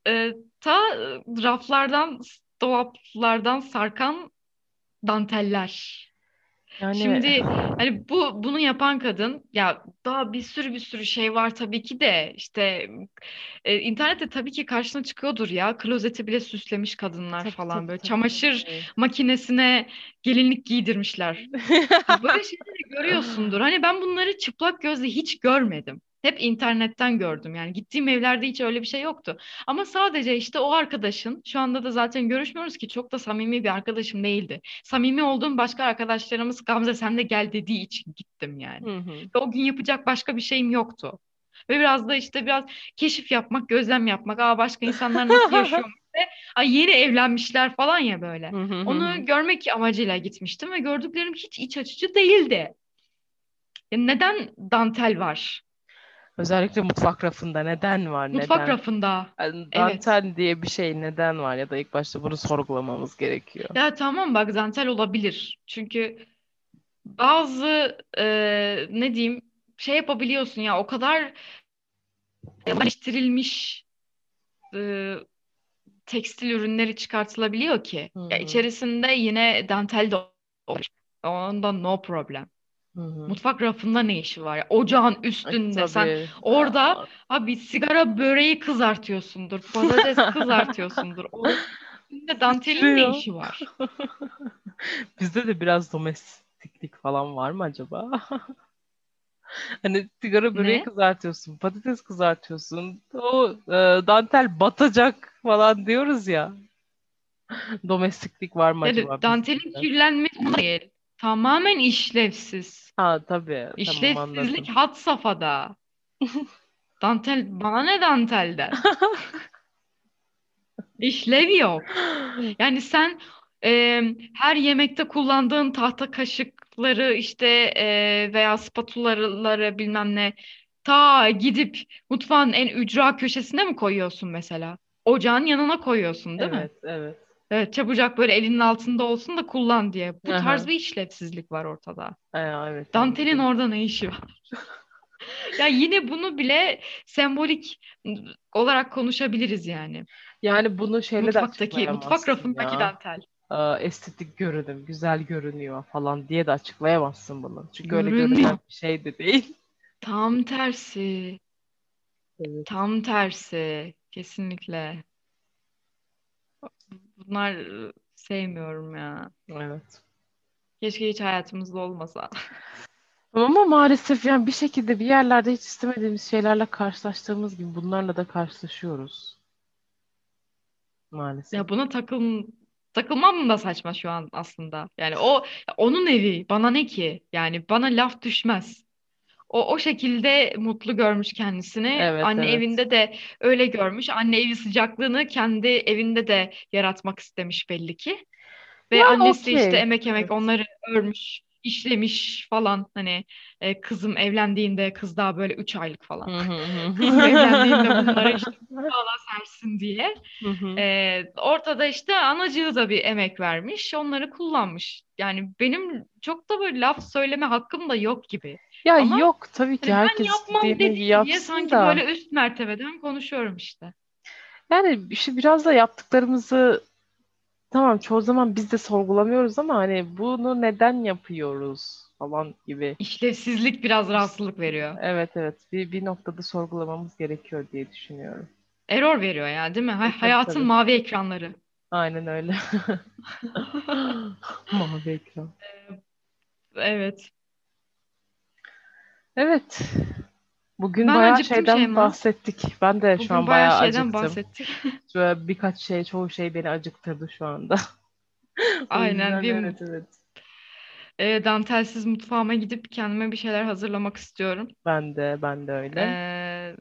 Speaker 1: raflardan, dolaplardan sarkan danteller.
Speaker 2: Yani
Speaker 1: Şimdi hani bunu yapan kadın ya daha bir sürü şey var tabii ki de işte internette tabii ki karşına çıkıyordur ya klozeti bile süslemiş kadınlar
Speaker 2: tabii
Speaker 1: falan
Speaker 2: tabii
Speaker 1: böyle
Speaker 2: tabii
Speaker 1: çamaşır
Speaker 2: tabii.
Speaker 1: makinesine gelinlik giydirmişler. Ya böyle şeyleri görüyorsundur. Hani ben bunları çıplak gözle hiç görmedim. Hep internetten gördüm. Yani gittiğim evlerde hiç öyle bir şey yoktu. Ama sadece işte o arkadaşın, şu anda da zaten görüşmüyoruz ki çok da samimi bir arkadaşım değildi. Samimi olduğum başka arkadaşlarımız Gamze sen de gel dediği için gittim yani.
Speaker 2: Hı hı.
Speaker 1: Ve o gün yapacak başka bir şeyim yoktu. Ve biraz da işte biraz keşif yapmak, gözlem yapmak. Aa başka insanlar nasıl yaşıyor? Ve ay yeni evlenmişler falan ya böyle.
Speaker 2: Hı hı hı hı.
Speaker 1: Onu görmek amacıyla gitmiştim ve gördüklerim hiç iç açıcı değildi. Ya neden dantel var?
Speaker 2: Özellikle mutfak rafında neden var
Speaker 1: Mutfak
Speaker 2: neden?
Speaker 1: rafında.
Speaker 2: Yani
Speaker 1: Evet.
Speaker 2: dantel diye bir şey neden var ya da ilk başta bunu sorgulamamız gerekiyor.
Speaker 1: Ya tamam bak dantel olabilir. Çünkü bazı ne diyeyim şey yapabiliyorsun ya o kadar geliştirilmiş e, tekstil ürünleri çıkartılabiliyor ki.
Speaker 2: Hı
Speaker 1: Ya
Speaker 2: hı.
Speaker 1: içerisinde yine dantel de olur. Ondan no problem.
Speaker 2: Hı hı.
Speaker 1: Mutfak rafında ne işi var ya? Ocağın
Speaker 2: Ay,
Speaker 1: üstünde sen
Speaker 2: tabii.
Speaker 1: orada abi sigara böreği kızartıyorsundur, patates kızartıyorsundur. O üstünde dantelin ne
Speaker 2: Sıçrıyor.
Speaker 1: işi var?
Speaker 2: Bizde de biraz domestiklik falan var mı acaba? Hani sigara böreği
Speaker 1: Ne?
Speaker 2: kızartıyorsun, patates kızartıyorsun. O dantel batacak falan diyoruz ya. Domestiklik var mı acaba
Speaker 1: Yani
Speaker 2: bizde
Speaker 1: dantelin
Speaker 2: de?
Speaker 1: kirlenmesi değil. Tamamen işlevsiz.
Speaker 2: Ha tabii. Tamam
Speaker 1: İşlevsizlik
Speaker 2: anladım.
Speaker 1: had safhada. Dantel bana ne dantelden? İşlev yok. Yani sen her yemekte kullandığın tahta kaşıkları işte veya spatulaları bilmem ne ta gidip mutfağın en ücra köşesine mi koyuyorsun mesela? Ocağın yanına koyuyorsun değil mi?
Speaker 2: Evet, evet.
Speaker 1: Evet, çabucak böyle elinin altında olsun da kullan diye. Bu tarz
Speaker 2: Aha.
Speaker 1: bir işlevsizlik var ortada.
Speaker 2: Evet
Speaker 1: Dantelin
Speaker 2: anladım.
Speaker 1: orada ne işi var? Ya yine bunu bile sembolik olarak konuşabiliriz yani.
Speaker 2: Yani bunu şeyle de
Speaker 1: Mutfak
Speaker 2: açıklayamazsın
Speaker 1: rafındaki
Speaker 2: ya.
Speaker 1: dantel.
Speaker 2: Estetik görünüm, güzel görünüyor falan diye de açıklayamazsın bunu. Çünkü öyle görünen
Speaker 1: Görünmüyor.
Speaker 2: bir şey de değil.
Speaker 1: Tam tersi.
Speaker 2: Evet.
Speaker 1: Tam tersi. Kesinlikle. Bunlar sevmiyorum ya.
Speaker 2: Evet.
Speaker 1: Keşke hiç hayatımızda olmasa.
Speaker 2: Ama maalesef yani bir şekilde bir yerlerde hiç istemediğimiz şeylerle karşılaştığımız gibi bunlarla da karşılaşıyoruz. Maalesef.
Speaker 1: Ya buna takılmam da saçma şu an aslında. Yani onun evi bana ne ki? Yani bana laf düşmez. O şekilde mutlu görmüş kendisini.
Speaker 2: Evet,
Speaker 1: Anne
Speaker 2: evet.
Speaker 1: evinde de öyle görmüş. Anne evi sıcaklığını kendi evinde de yaratmak istemiş belli ki. Ve
Speaker 2: Yani
Speaker 1: annesi de işte
Speaker 2: okey.
Speaker 1: emek emek
Speaker 2: Evet.
Speaker 1: onları örmüş, işlemiş falan. Hani kızım evlendiğinde kız daha böyle 3 aylık falan.
Speaker 2: Hı hı hı.
Speaker 1: Kızım evlendiğinde bunları işte sağla sersin diye.
Speaker 2: Hı hı.
Speaker 1: Ortada işte anacığı da bir emek vermiş. Onları kullanmış. Yani benim çok da böyle laf söyleme hakkım da yok gibi.
Speaker 2: Ya
Speaker 1: Ama
Speaker 2: yok tabii ki
Speaker 1: hani ben
Speaker 2: herkes
Speaker 1: yapmam
Speaker 2: istediğini
Speaker 1: dediği diye
Speaker 2: yapsın
Speaker 1: sanki
Speaker 2: da.
Speaker 1: böyle üst mertebeden konuşuyorum işte.
Speaker 2: Yani işte biraz da yaptıklarımızı tamam çoğu zaman biz de sorgulamıyoruz ama hani bunu neden yapıyoruz falan gibi.
Speaker 1: İşlevsizlik biraz rahatsızlık veriyor.
Speaker 2: Evet, evet, bir noktada sorgulamamız gerekiyor diye düşünüyorum.
Speaker 1: Error veriyor ya, değil mi?
Speaker 2: Tabii
Speaker 1: Hayatın
Speaker 2: tabii.
Speaker 1: mavi ekranları.
Speaker 2: Aynen öyle. Mavi ekran.
Speaker 1: Evet.
Speaker 2: Evet. Bugün
Speaker 1: Ben
Speaker 2: bayağı
Speaker 1: acıktım
Speaker 2: şeyden
Speaker 1: Şeyma.
Speaker 2: bahsettik. Ben de şu
Speaker 1: Bugün
Speaker 2: an
Speaker 1: bayağı
Speaker 2: bayağı
Speaker 1: şeyden
Speaker 2: acıktım.
Speaker 1: bahsettik.
Speaker 2: Şöyle birkaç şey, çoğu şey beni acıktırdı şu anda. O
Speaker 1: Aynen.
Speaker 2: yüzden
Speaker 1: Bir
Speaker 2: evet, evet.
Speaker 1: dantelsiz mutfağıma gidip kendime bir şeyler hazırlamak istiyorum.
Speaker 2: Ben de öyle.
Speaker 1: E,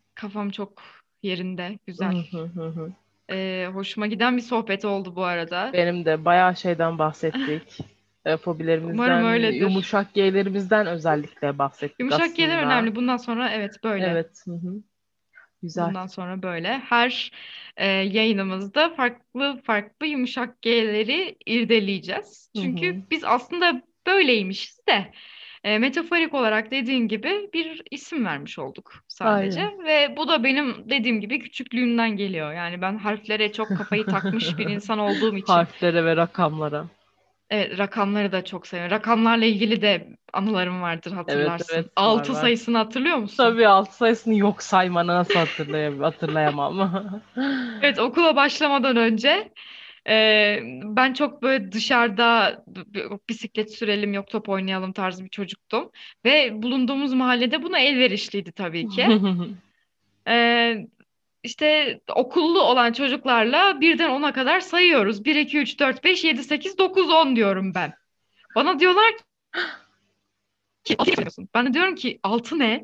Speaker 1: Kafam çok yerinde,
Speaker 2: Hı
Speaker 1: güzel.
Speaker 2: hı hı hı.
Speaker 1: Hoşuma giden bir sohbet oldu bu arada.
Speaker 2: Benim de bayağı şeyden bahsettik.
Speaker 1: Umarım
Speaker 2: Fobilerimizden,
Speaker 1: öyledir.
Speaker 2: yumuşak G'lerimizden özellikle bahsettik
Speaker 1: Yumuşak G'ler
Speaker 2: aslında.
Speaker 1: önemli. Bundan sonra evet böyle.
Speaker 2: Evet, hı hı. Güzel.
Speaker 1: Bundan sonra böyle. Her yayınımızda farklı farklı yumuşak G'leri irdeleyeceğiz.
Speaker 2: Hı
Speaker 1: Çünkü
Speaker 2: hı.
Speaker 1: biz aslında böyleymişiz de metaforik olarak dediğin gibi bir isim vermiş olduk sadece.
Speaker 2: Aynen.
Speaker 1: Ve bu da benim dediğim gibi küçüklüğümden geliyor. Yani ben harflere çok kafayı takmış bir insan olduğum için.
Speaker 2: Harflere ve rakamlara.
Speaker 1: Evet, rakamları da çok seviyorum. Rakamlarla ilgili de anılarım vardır,
Speaker 2: Evet,
Speaker 1: hatırlarsın.
Speaker 2: evet, var
Speaker 1: 6
Speaker 2: var.
Speaker 1: sayısını hatırlıyor musun?
Speaker 2: Tabii 6 sayısını yok saymanı nasıl hatırlayamam.
Speaker 1: Evet, okula başlamadan önce ben çok böyle dışarıda bisiklet sürelim yok top oynayalım tarzı bir çocuktum. Ve bulunduğumuz mahallede buna elverişliydi tabii ki. E, işte okullu olan çocuklarla birden 10'a kadar sayıyoruz. 1, 2, 3, 4, 5, 7, 8, 9, 10 diyorum ben. Bana diyorlar ki 6 yapıyorsun. Ben de diyorum ki 6 ne?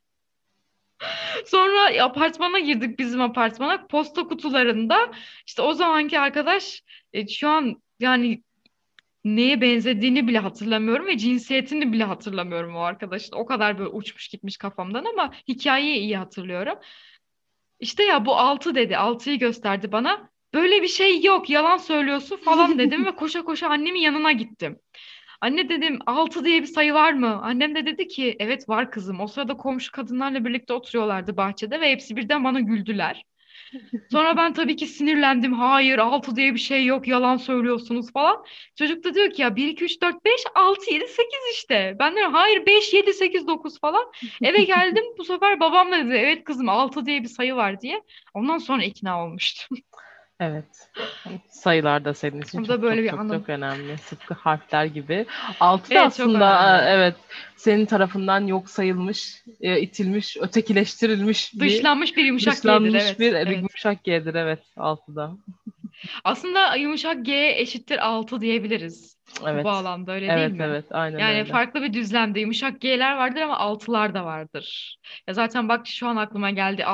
Speaker 1: Sonra apartmana girdik, bizim apartmana. Posta kutularında işte o zamanki arkadaş şu an yani neye benzediğini bile hatırlamıyorum ve cinsiyetini bile hatırlamıyorum o arkadaşın. O kadar böyle uçmuş gitmiş kafamdan ama hikayeyi iyi hatırlıyorum. İşte ya bu 6 dedi. 6'yı gösterdi bana. Böyle bir şey yok, yalan söylüyorsun falan dedim ve koşa koşa annemin yanına gittim. Anne dedim 6 diye bir sayı var mı? Annem de dedi ki evet var kızım. O sırada komşu kadınlarla birlikte oturuyorlardı bahçede ve hepsi birden bana güldüler. Sonra ben tabii ki sinirlendim. Hayır 6 diye bir şey yok, yalan söylüyorsunuz falan. Çocuk da diyor ki ya bir 2 3 4 5 6 7 8 işte. Ben de hayır 5 7 8 9 falan. Eve geldim, bu sefer babam da dedi evet kızım 6 diye bir sayı var diye. Ondan sonra ikna olmuştum.
Speaker 2: Evet. Sayılar da senin için
Speaker 1: Bu da
Speaker 2: çok
Speaker 1: böyle
Speaker 2: çok
Speaker 1: bir
Speaker 2: çok çok
Speaker 1: anım.
Speaker 2: önemli. Sıpkı harfler gibi. Altı da
Speaker 1: Evet, çok
Speaker 2: aslında
Speaker 1: önemli.
Speaker 2: evet senin tarafından yok sayılmış, itilmiş, ötekileştirilmiş bir
Speaker 1: Dışlanmış bir yumuşak G'dir,
Speaker 2: dışlanmış
Speaker 1: evet.
Speaker 2: bir
Speaker 1: Evet.
Speaker 2: yumuşak G'dir evet altıda.
Speaker 1: Aslında yumuşak G eşittir 6 diyebiliriz bu
Speaker 2: Evet.
Speaker 1: bağlamda, öyle değil
Speaker 2: Evet
Speaker 1: mi?
Speaker 2: evet aynen
Speaker 1: Yani
Speaker 2: öyle.
Speaker 1: farklı bir düzlemde yumuşak G'ler vardır ama altılar da vardır. Ya zaten bak şu an aklıma geldi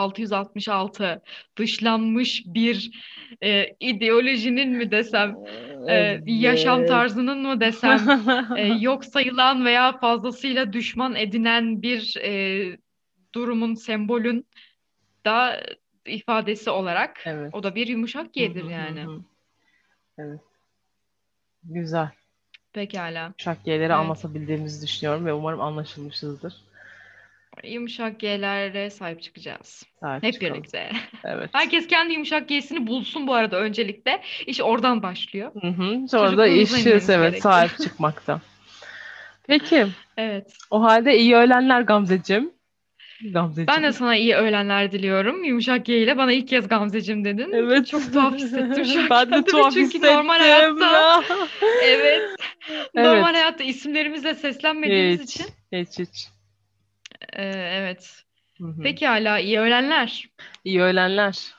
Speaker 1: 666 dışlanmış bir ideolojinin mi desem yaşam
Speaker 2: Evet.
Speaker 1: tarzının mı desem yok sayılan veya fazlasıyla düşman edinen bir durumun sembolün da ifadesi olarak
Speaker 2: Evet.
Speaker 1: o da bir yumuşak
Speaker 2: Hı hı
Speaker 1: G'dir
Speaker 2: hı
Speaker 1: yani.
Speaker 2: hı. Evet. Güzel.
Speaker 1: Pekala.
Speaker 2: Yumuşak G'leri
Speaker 1: Evet.
Speaker 2: anlatabildiğimizi düşünüyorum ve umarım anlaşılmışızdır.
Speaker 1: Yumuşak G'lere sahip çıkacağız.
Speaker 2: Sahip
Speaker 1: Hep
Speaker 2: çıkalım.
Speaker 1: birlikte.
Speaker 2: Evet.
Speaker 1: Herkes kendi yumuşak G'sini bulsun bu arada öncelikle. İş oradan başlıyor.
Speaker 2: Hı hı. Sonra da
Speaker 1: Çocukluğunuzdan
Speaker 2: işiz
Speaker 1: inmeniz
Speaker 2: evet
Speaker 1: gerekiyor.
Speaker 2: sahip çıkmakta. Peki.
Speaker 1: Evet.
Speaker 2: O halde iyi öğlenler Gamzeciğim.
Speaker 1: Ben de
Speaker 2: Gamzeciğim.
Speaker 1: sana iyi öğlenler diliyorum. Yumuşak G ile bana ilk kez Gamzeciğim dedin.
Speaker 2: Evet.
Speaker 1: Çok tuhaf hissettim şu an
Speaker 2: Ben de
Speaker 1: kendimi.
Speaker 2: tuhaf
Speaker 1: Çünkü normal
Speaker 2: hissettim.
Speaker 1: hayatta evet, normal
Speaker 2: Evet.
Speaker 1: hayatta isimlerimizle seslenmediğimiz
Speaker 2: Hiç.
Speaker 1: için
Speaker 2: Hiç.
Speaker 1: evet.
Speaker 2: Hı hı.
Speaker 1: Peki hala iyi öğlenler.
Speaker 2: İyi öğlenler.